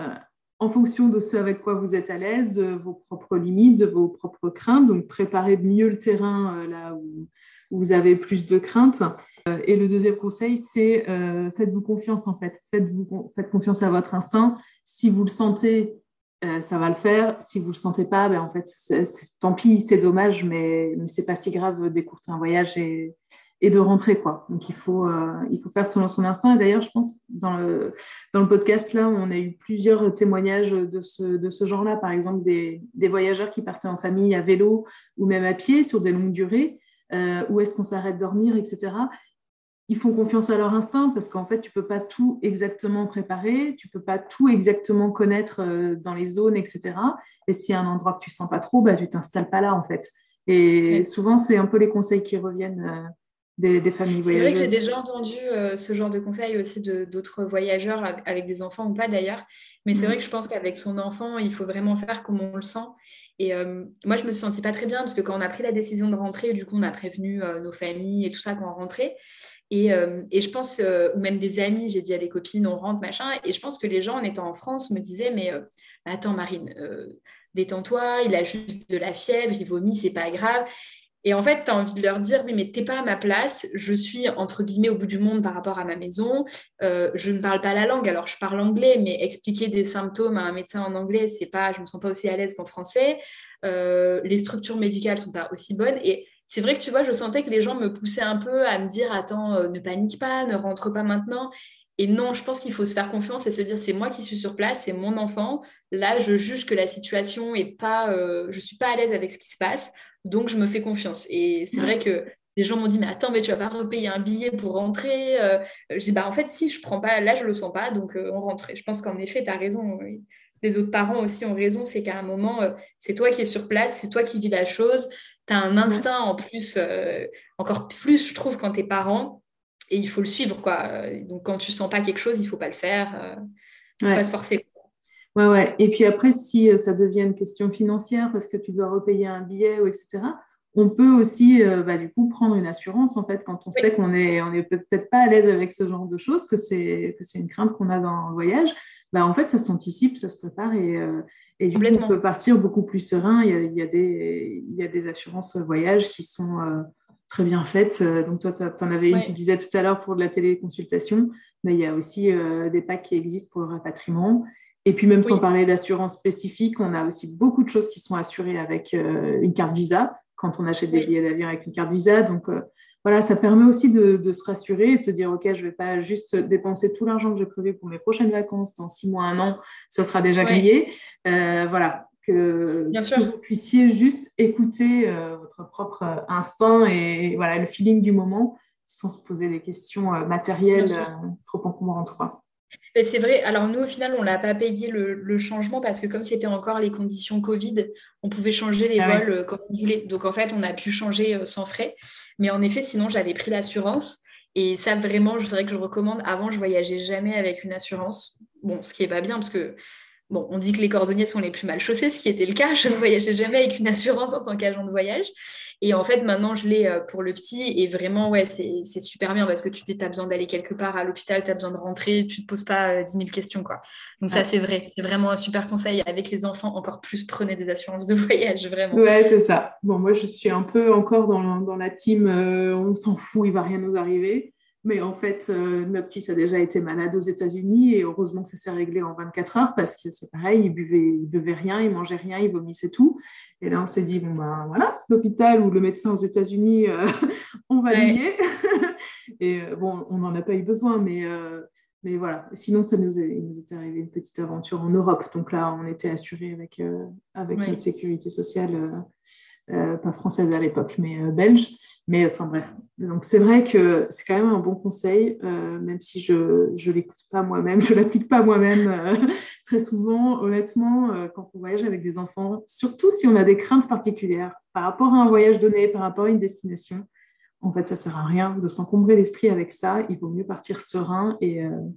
en fonction de ce avec quoi vous êtes à l'aise, de vos propres limites, de vos propres craintes. Donc, préparez mieux le terrain là où vous avez plus de craintes. Et le deuxième conseil, c'est faites-vous confiance, en fait. Faites confiance à votre instinct. Si vous le sentez, ça va le faire. Si vous le sentez pas, ben, en fait, tant pis, c'est dommage, mais c'est pas si grave d'écourter un voyage et de rentrer, quoi. Donc, il faut faire selon son instinct. Et d'ailleurs, je pense, dans le podcast, là, on a eu plusieurs témoignages de ce genre-là. Par exemple, des voyageurs qui partaient en famille à vélo ou même à pied sur des longues durées. Où est-ce qu'on s'arrête dormir, etc. Ils font confiance à leur instinct parce qu'en fait, tu ne peux pas tout exactement préparer, tu ne peux pas tout exactement connaître dans les zones, etc. Et s'il y a un endroit que tu ne sens pas trop, bah, tu ne t'installes pas là, en fait. Et Ouais. souvent, c'est un peu les conseils qui reviennent des familles C'est vrai que j'ai voyageuses. déjà entendu ce genre de conseils aussi d'autres voyageurs avec des enfants ou pas d'ailleurs. Mais c'est vrai que Mm. je pense qu'avec son enfant, il faut vraiment faire comme on le sent. Et moi, je me sentais pas très bien parce que quand on a pris la décision de rentrer, du coup, on a prévenu nos familles et tout ça quand on rentrait. Et je pense, ou même des amis, j'ai dit à des copines, on rentre, machin. Et je pense que les gens, en étant en France, me disaient, mais attends, Marine, détends-toi, il a juste de la fièvre, il vomit, c'est pas grave. Et en fait, tu as envie de leur dire, oui, mais t'es pas à ma place, je suis entre guillemets au bout du monde par rapport à ma maison, je ne parle pas la langue, alors je parle anglais, mais expliquer des symptômes à un médecin en anglais, c'est pas, je me sens pas aussi à l'aise qu'en français. Les structures médicales sont pas aussi bonnes. Et c'est vrai que tu vois, je sentais que les gens me poussaient un peu à me dire, attends, ne panique pas, ne rentre pas maintenant. Et non, je pense qu'il faut se faire confiance et se dire, c'est moi qui suis sur place, c'est mon enfant. Là, je juge que la situation est pas, je suis pas à l'aise avec ce qui se passe. Donc, je me fais confiance. Et c'est vrai Ouais. que les gens m'ont dit, mais attends, mais tu vas pas repayer un billet pour rentrer. J'ai dit, bah, en fait, si, je prends pas, là, je le sens pas, donc on rentre. Et je pense qu'en effet, tu as raison. Les autres parents aussi ont raison, c'est qu'à un moment, c'est toi qui es sur place, c'est toi qui vis la chose. Tu as un Ouais. instinct en plus, encore plus, je trouve, quand tu es parent. Et il faut le suivre, quoi. Donc, quand tu sens pas quelque chose, il faut pas le faire. Faut pas Ouais. se forcer. Ouais. Et puis après, si ça devient une question financière parce que tu dois repayer un billet ou etc., on peut aussi bah, du coup prendre une assurance en fait quand on sait Oui, qu'on est peut-être pas à l'aise avec ce genre de choses, que c'est une crainte qu'on a dans le voyage. Bah, en fait, ça s'anticipe, ça se prépare et du coup, on peut complètement. partir beaucoup plus serein. Il y a des assurances voyage qui sont très bien faites. Donc toi, tu en avais une, tu Ouais. disais tout à l'heure pour de la téléconsultation, mais il y a aussi des packs qui existent pour le rapatriement. Et puis même sans Oui, parler d'assurance spécifique, on a aussi beaucoup de choses qui sont assurées avec une carte Visa, quand on achète des oui. billets d'avion avec une carte Visa. Donc voilà, ça permet aussi de se rassurer et de se dire, OK, je ne vais pas juste dépenser tout l'argent que j'ai prévu pour mes prochaines vacances dans 6 mois, un an, ça sera déjà Ouais, grillé. Voilà, que, bien que sûr. vous puissiez juste écouter votre propre instinct et voilà, le feeling du moment sans se poser des questions Bien matérielles sûr. trop encombrantes, quoi. Et c'est vrai, alors nous, au final, on ne l'a pas payé le changement parce que comme c'était encore les conditions Covid, on pouvait changer les Ah oui. vols quand on voulait. Donc, en fait, on a pu changer sans frais. Mais en effet, sinon, j'avais pris l'assurance. Et ça, vraiment, je dirais que je recommande. Avant, je voyageais jamais avec une assurance. Bon, ce qui est pas bien parce que bon, on dit que les cordonniers sont les plus mal chaussés, ce qui était le cas. Je ne voyageais jamais avec une assurance en tant qu'agent de voyage. Et en fait, maintenant, je l'ai pour le petit. Et vraiment, ouais, c'est super bien parce que tu dis, tu as besoin d'aller quelque part à l'hôpital, tu as besoin de rentrer, tu ne te poses pas 10 000 questions, quoi. Donc ça, Ouais. c'est vrai. C'est vraiment un super conseil. Avec les enfants, encore plus, prenez des assurances de voyage, vraiment. Ouais, c'est ça. Bon, moi, je suis un peu encore dans la team on s'en fout, il va rien nous arriver. Mais en fait, notre fils a déjà été malade aux États-Unis et heureusement que ça s'est réglé en 24 heures parce que c'est pareil, il buvait rien, il mangeait rien, il vomissait tout. Et là, on s'est dit, bon, ben voilà, l'hôpital ou le médecin aux États-Unis, on va Ouais, douiller. Et bon, on n'en a pas eu besoin, mais voilà. Sinon, il nous était arrivé une petite aventure en Europe. Donc là, on était assuré avec notre ouais. sécurité sociale, pas française à l'époque, mais belge. Mais enfin bref. Donc c'est vrai que c'est quand même un bon conseil, même si je ne l'écoute pas moi-même, je ne l'applique pas moi-même très souvent. Honnêtement, quand on voyage avec des enfants, surtout si on a des craintes particulières par rapport à un voyage donné, par rapport à une destination, en fait, ça ne sert à rien de s'encombrer l'esprit avec ça. Il vaut mieux partir serein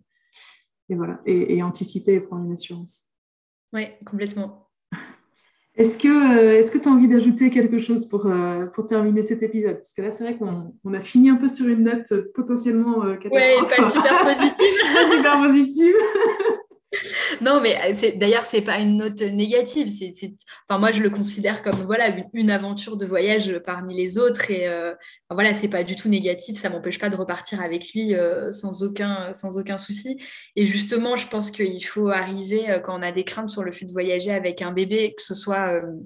et voilà, et anticiper et prendre une assurance. Ouais, complètement. Est-ce que tu as envie d'ajouter quelque chose pour terminer cet épisode? Parce que là, c'est vrai qu'on a fini un peu sur une note potentiellement Ouais, catastrophe. pas super positive. Pas super positive. Non, mais d'ailleurs, c'est pas une note négative. Enfin, moi, je le considère comme voilà, une aventure de voyage parmi les autres. Et enfin, voilà, c'est pas du tout négatif. Ça m'empêche pas de repartir avec lui sans aucun souci. Et justement, je pense qu'il faut arriver, quand on a des craintes sur le fait de voyager avec un bébé, que ce soit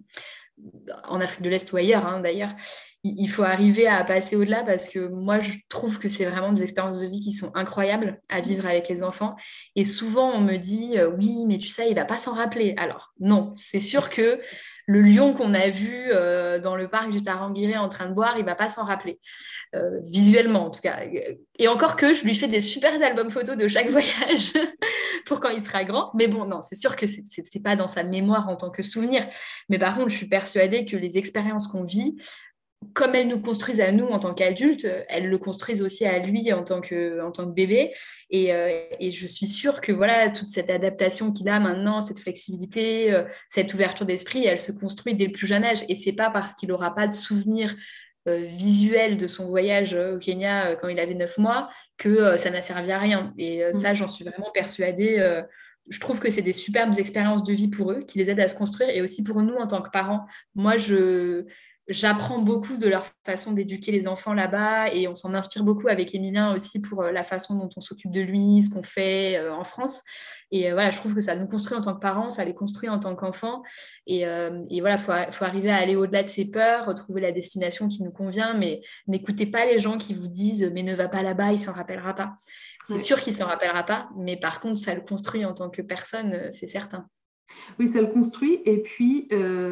en Afrique de l'Est ou ailleurs, hein, d'ailleurs, il faut arriver à passer au-delà parce que moi, je trouve que c'est vraiment des expériences de vie qui sont incroyables à vivre avec les enfants. Et souvent, on me dit, oui, mais tu sais, il va pas s'en rappeler. Alors, non, c'est sûr que le lion qu'on a vu dans le parc du Tarangire en train de boire, il va pas s'en rappeler, visuellement en tout cas. Et encore que je lui fais des super albums photos de chaque voyage pour quand il sera grand. Mais bon, non, c'est sûr que c'est pas dans sa mémoire en tant que souvenir. Mais par contre, je suis persuadée que les expériences qu'on vit, comme elles nous construisent à nous en tant qu'adultes, elles le construisent aussi à lui en tant que bébé. Et je suis sûre que voilà, toute cette adaptation qu'il a maintenant, cette flexibilité, cette ouverture d'esprit, elle se construit dès le plus jeune âge. Et c'est pas parce qu'il n'aura pas de souvenirs visuels de son voyage au Kenya quand il avait 9 mois que ça n'a servi à rien. Et ça, j'en suis vraiment persuadée. Je trouve que c'est des superbes expériences de vie pour eux, qui les aident à se construire, et aussi pour nous en tant que parents. Moi, j'apprends beaucoup de leur façon d'éduquer les enfants là-bas, et on s'en inspire beaucoup avec Emilien aussi pour la façon dont on s'occupe de lui, ce qu'on fait en France. Et voilà, je trouve que ça nous construit en tant que parents, ça les construit en tant qu'enfants. Et voilà, faut arriver à aller au-delà de ses peurs, trouver la destination qui nous convient, mais n'écoutez pas les gens qui vous disent mais ne va pas là-bas, il s'en rappellera pas. C'est Ouais. sûr qu'il s'en rappellera pas, mais par contre, ça le construit en tant que personne, c'est certain. Oui, ça le construit. Et puis,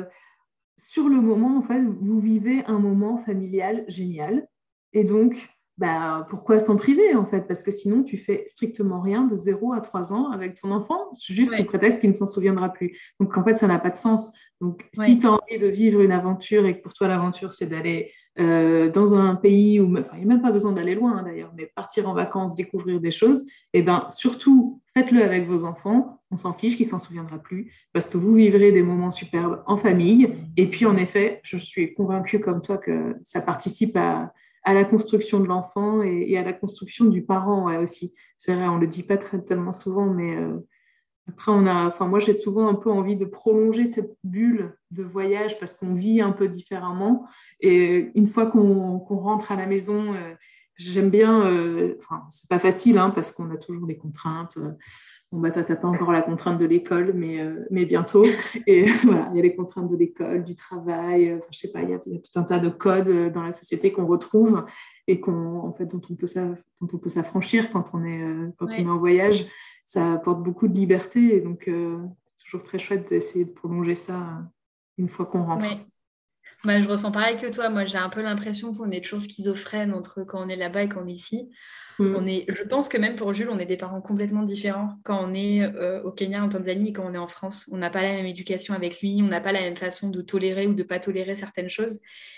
sur le moment, en fait, vous vivez un moment familial génial. Et donc, bah, pourquoi s'en priver, en fait? Parce que sinon, tu fais strictement rien de 0 à 3 ans avec ton enfant, juste sous Ouais, prétexte qu'il ne s'en souviendra plus. Donc, en fait, ça n'a pas de sens. Donc, si ouais, tu as envie de vivre une aventure et que pour toi, l'aventure, c'est d'aller dans un pays où, enfin, il n'y a même pas besoin d'aller loin, hein, d'ailleurs, mais partir en vacances, découvrir des choses, et ben surtout, faites-le avec vos enfants. On s'en fiche qu'il s'en souviendra plus parce que vous vivrez des moments superbes en famille. Et puis, en effet, je suis convaincue comme toi que ça participe à la construction de l'enfant et à la construction du parent, ouais, aussi. C'est vrai, on ne le dit pas tellement souvent, mais après, enfin, moi, j'ai souvent un peu envie de prolonger cette bulle de voyage parce qu'on vit un peu différemment. Et une fois qu'on rentre à la maison, j'aime bien, enfin, c'est pas facile hein, parce qu'on a toujours des contraintes. Bon, bah, toi, tu n'as pas encore la contrainte de l'école, mais bientôt. Et voilà, il y a les contraintes de l'école, du travail, enfin, je sais pas, il y a tout un tas de codes dans la société qu'on retrouve et en fait, dont on peut s'affranchir quand on est ouais, en voyage. Ça apporte beaucoup de liberté et donc c'est toujours très chouette d'essayer de prolonger ça une fois qu'on rentre. ouais. Bah, je ressens pareil que toi. Moi, j'ai un peu l'impression qu'on est toujours schizophrène entre quand on est là-bas et quand on est ici. Mm. Je pense que même pour Jules, on est des parents complètement différents quand on est au Kenya, en Tanzanie et quand on est en France. On n'a pas la même éducation avec lui, on n'a pas la même façon de tolérer ou de pas tolérer certaines choses.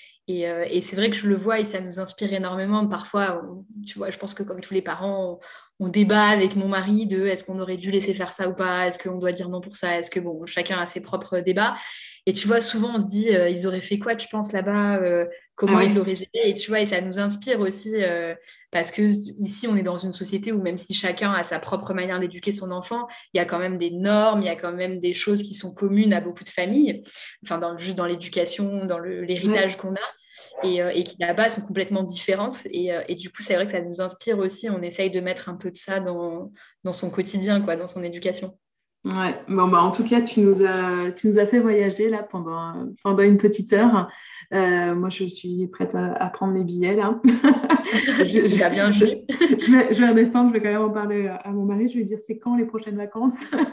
Et c'est vrai que je le vois et ça nous inspire énormément. Parfois, tu vois, je pense que comme tous les parents, on débat avec mon mari de est-ce qu'on aurait dû laisser faire ça ou pas, est-ce qu'on doit dire non pour ça, est-ce que bon, chacun a ses propres débats. Et tu vois, souvent on se dit, ils auraient fait quoi, tu penses là-bas, Ah comment ils ouais, l'auraient géré, et tu vois, et ça nous inspire aussi parce que ici, on est dans une société où même si chacun a sa propre manière d'éduquer son enfant, il y a quand même des normes, il y a quand même des choses qui sont communes à beaucoup de familles, enfin, juste dans l'éducation, dans ouais. l'héritage qu'on a et qui là-bas sont complètement différentes. Et du coup, c'est vrai que ça nous inspire aussi. On essaye de mettre un peu de ça dans son quotidien, quoi, dans son éducation. Ouais, bon, bah, en tout cas, tu nous as fait voyager là pendant une petite heure. Moi, je suis prête à prendre mes billets là. je, je, Tu as bien je- joué. je vais redescendre, je vais quand même en parler à mon mari. Je vais lui dire c'est quand les prochaines vacances.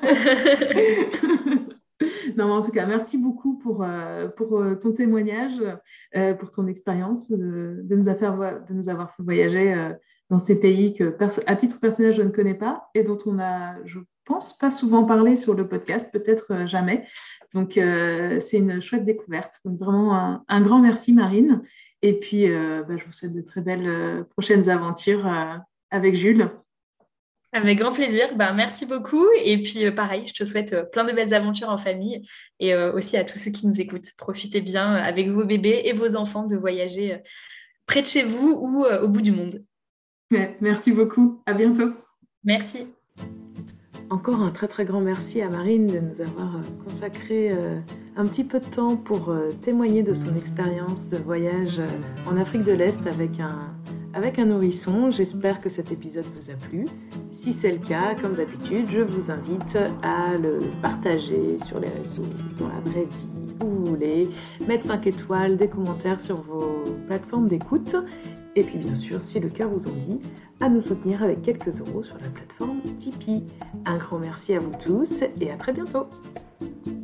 Non, mais en tout cas, merci beaucoup pour ton témoignage, pour ton expérience, de nous avoir fait voyager dans ces pays que, à titre personnel, je ne connais pas et dont on a, je pense, pas souvent parlé sur le podcast, peut-être jamais. Donc, c'est une chouette découverte. Donc, vraiment, un grand merci, Marine. Et puis, bah, je vous souhaite de très belles prochaines aventures avec Jules. Avec grand plaisir. Merci beaucoup. Et puis, pareil, je te souhaite plein de belles aventures en famille et aussi à tous ceux qui nous écoutent. Profitez bien avec vos bébés et vos enfants de voyager près de chez vous ou au bout du monde. Ouais, merci beaucoup. À bientôt. Merci. Encore un très très grand merci à Marine de nous avoir consacré un petit peu de temps pour témoigner de son expérience de voyage en Afrique de l'Est avec un nourrisson. J'espère que cet épisode vous a plu. Si c'est le cas, comme d'habitude, je vous invite à le partager sur les réseaux, dans la vraie vie, où vous voulez, mettre 5 étoiles, des commentaires sur vos plateformes d'écoute. Et puis bien sûr, si le cœur vous en dit, à nous soutenir avec quelques euros sur la plateforme Tipeee. Un grand merci à vous tous et à très bientôt.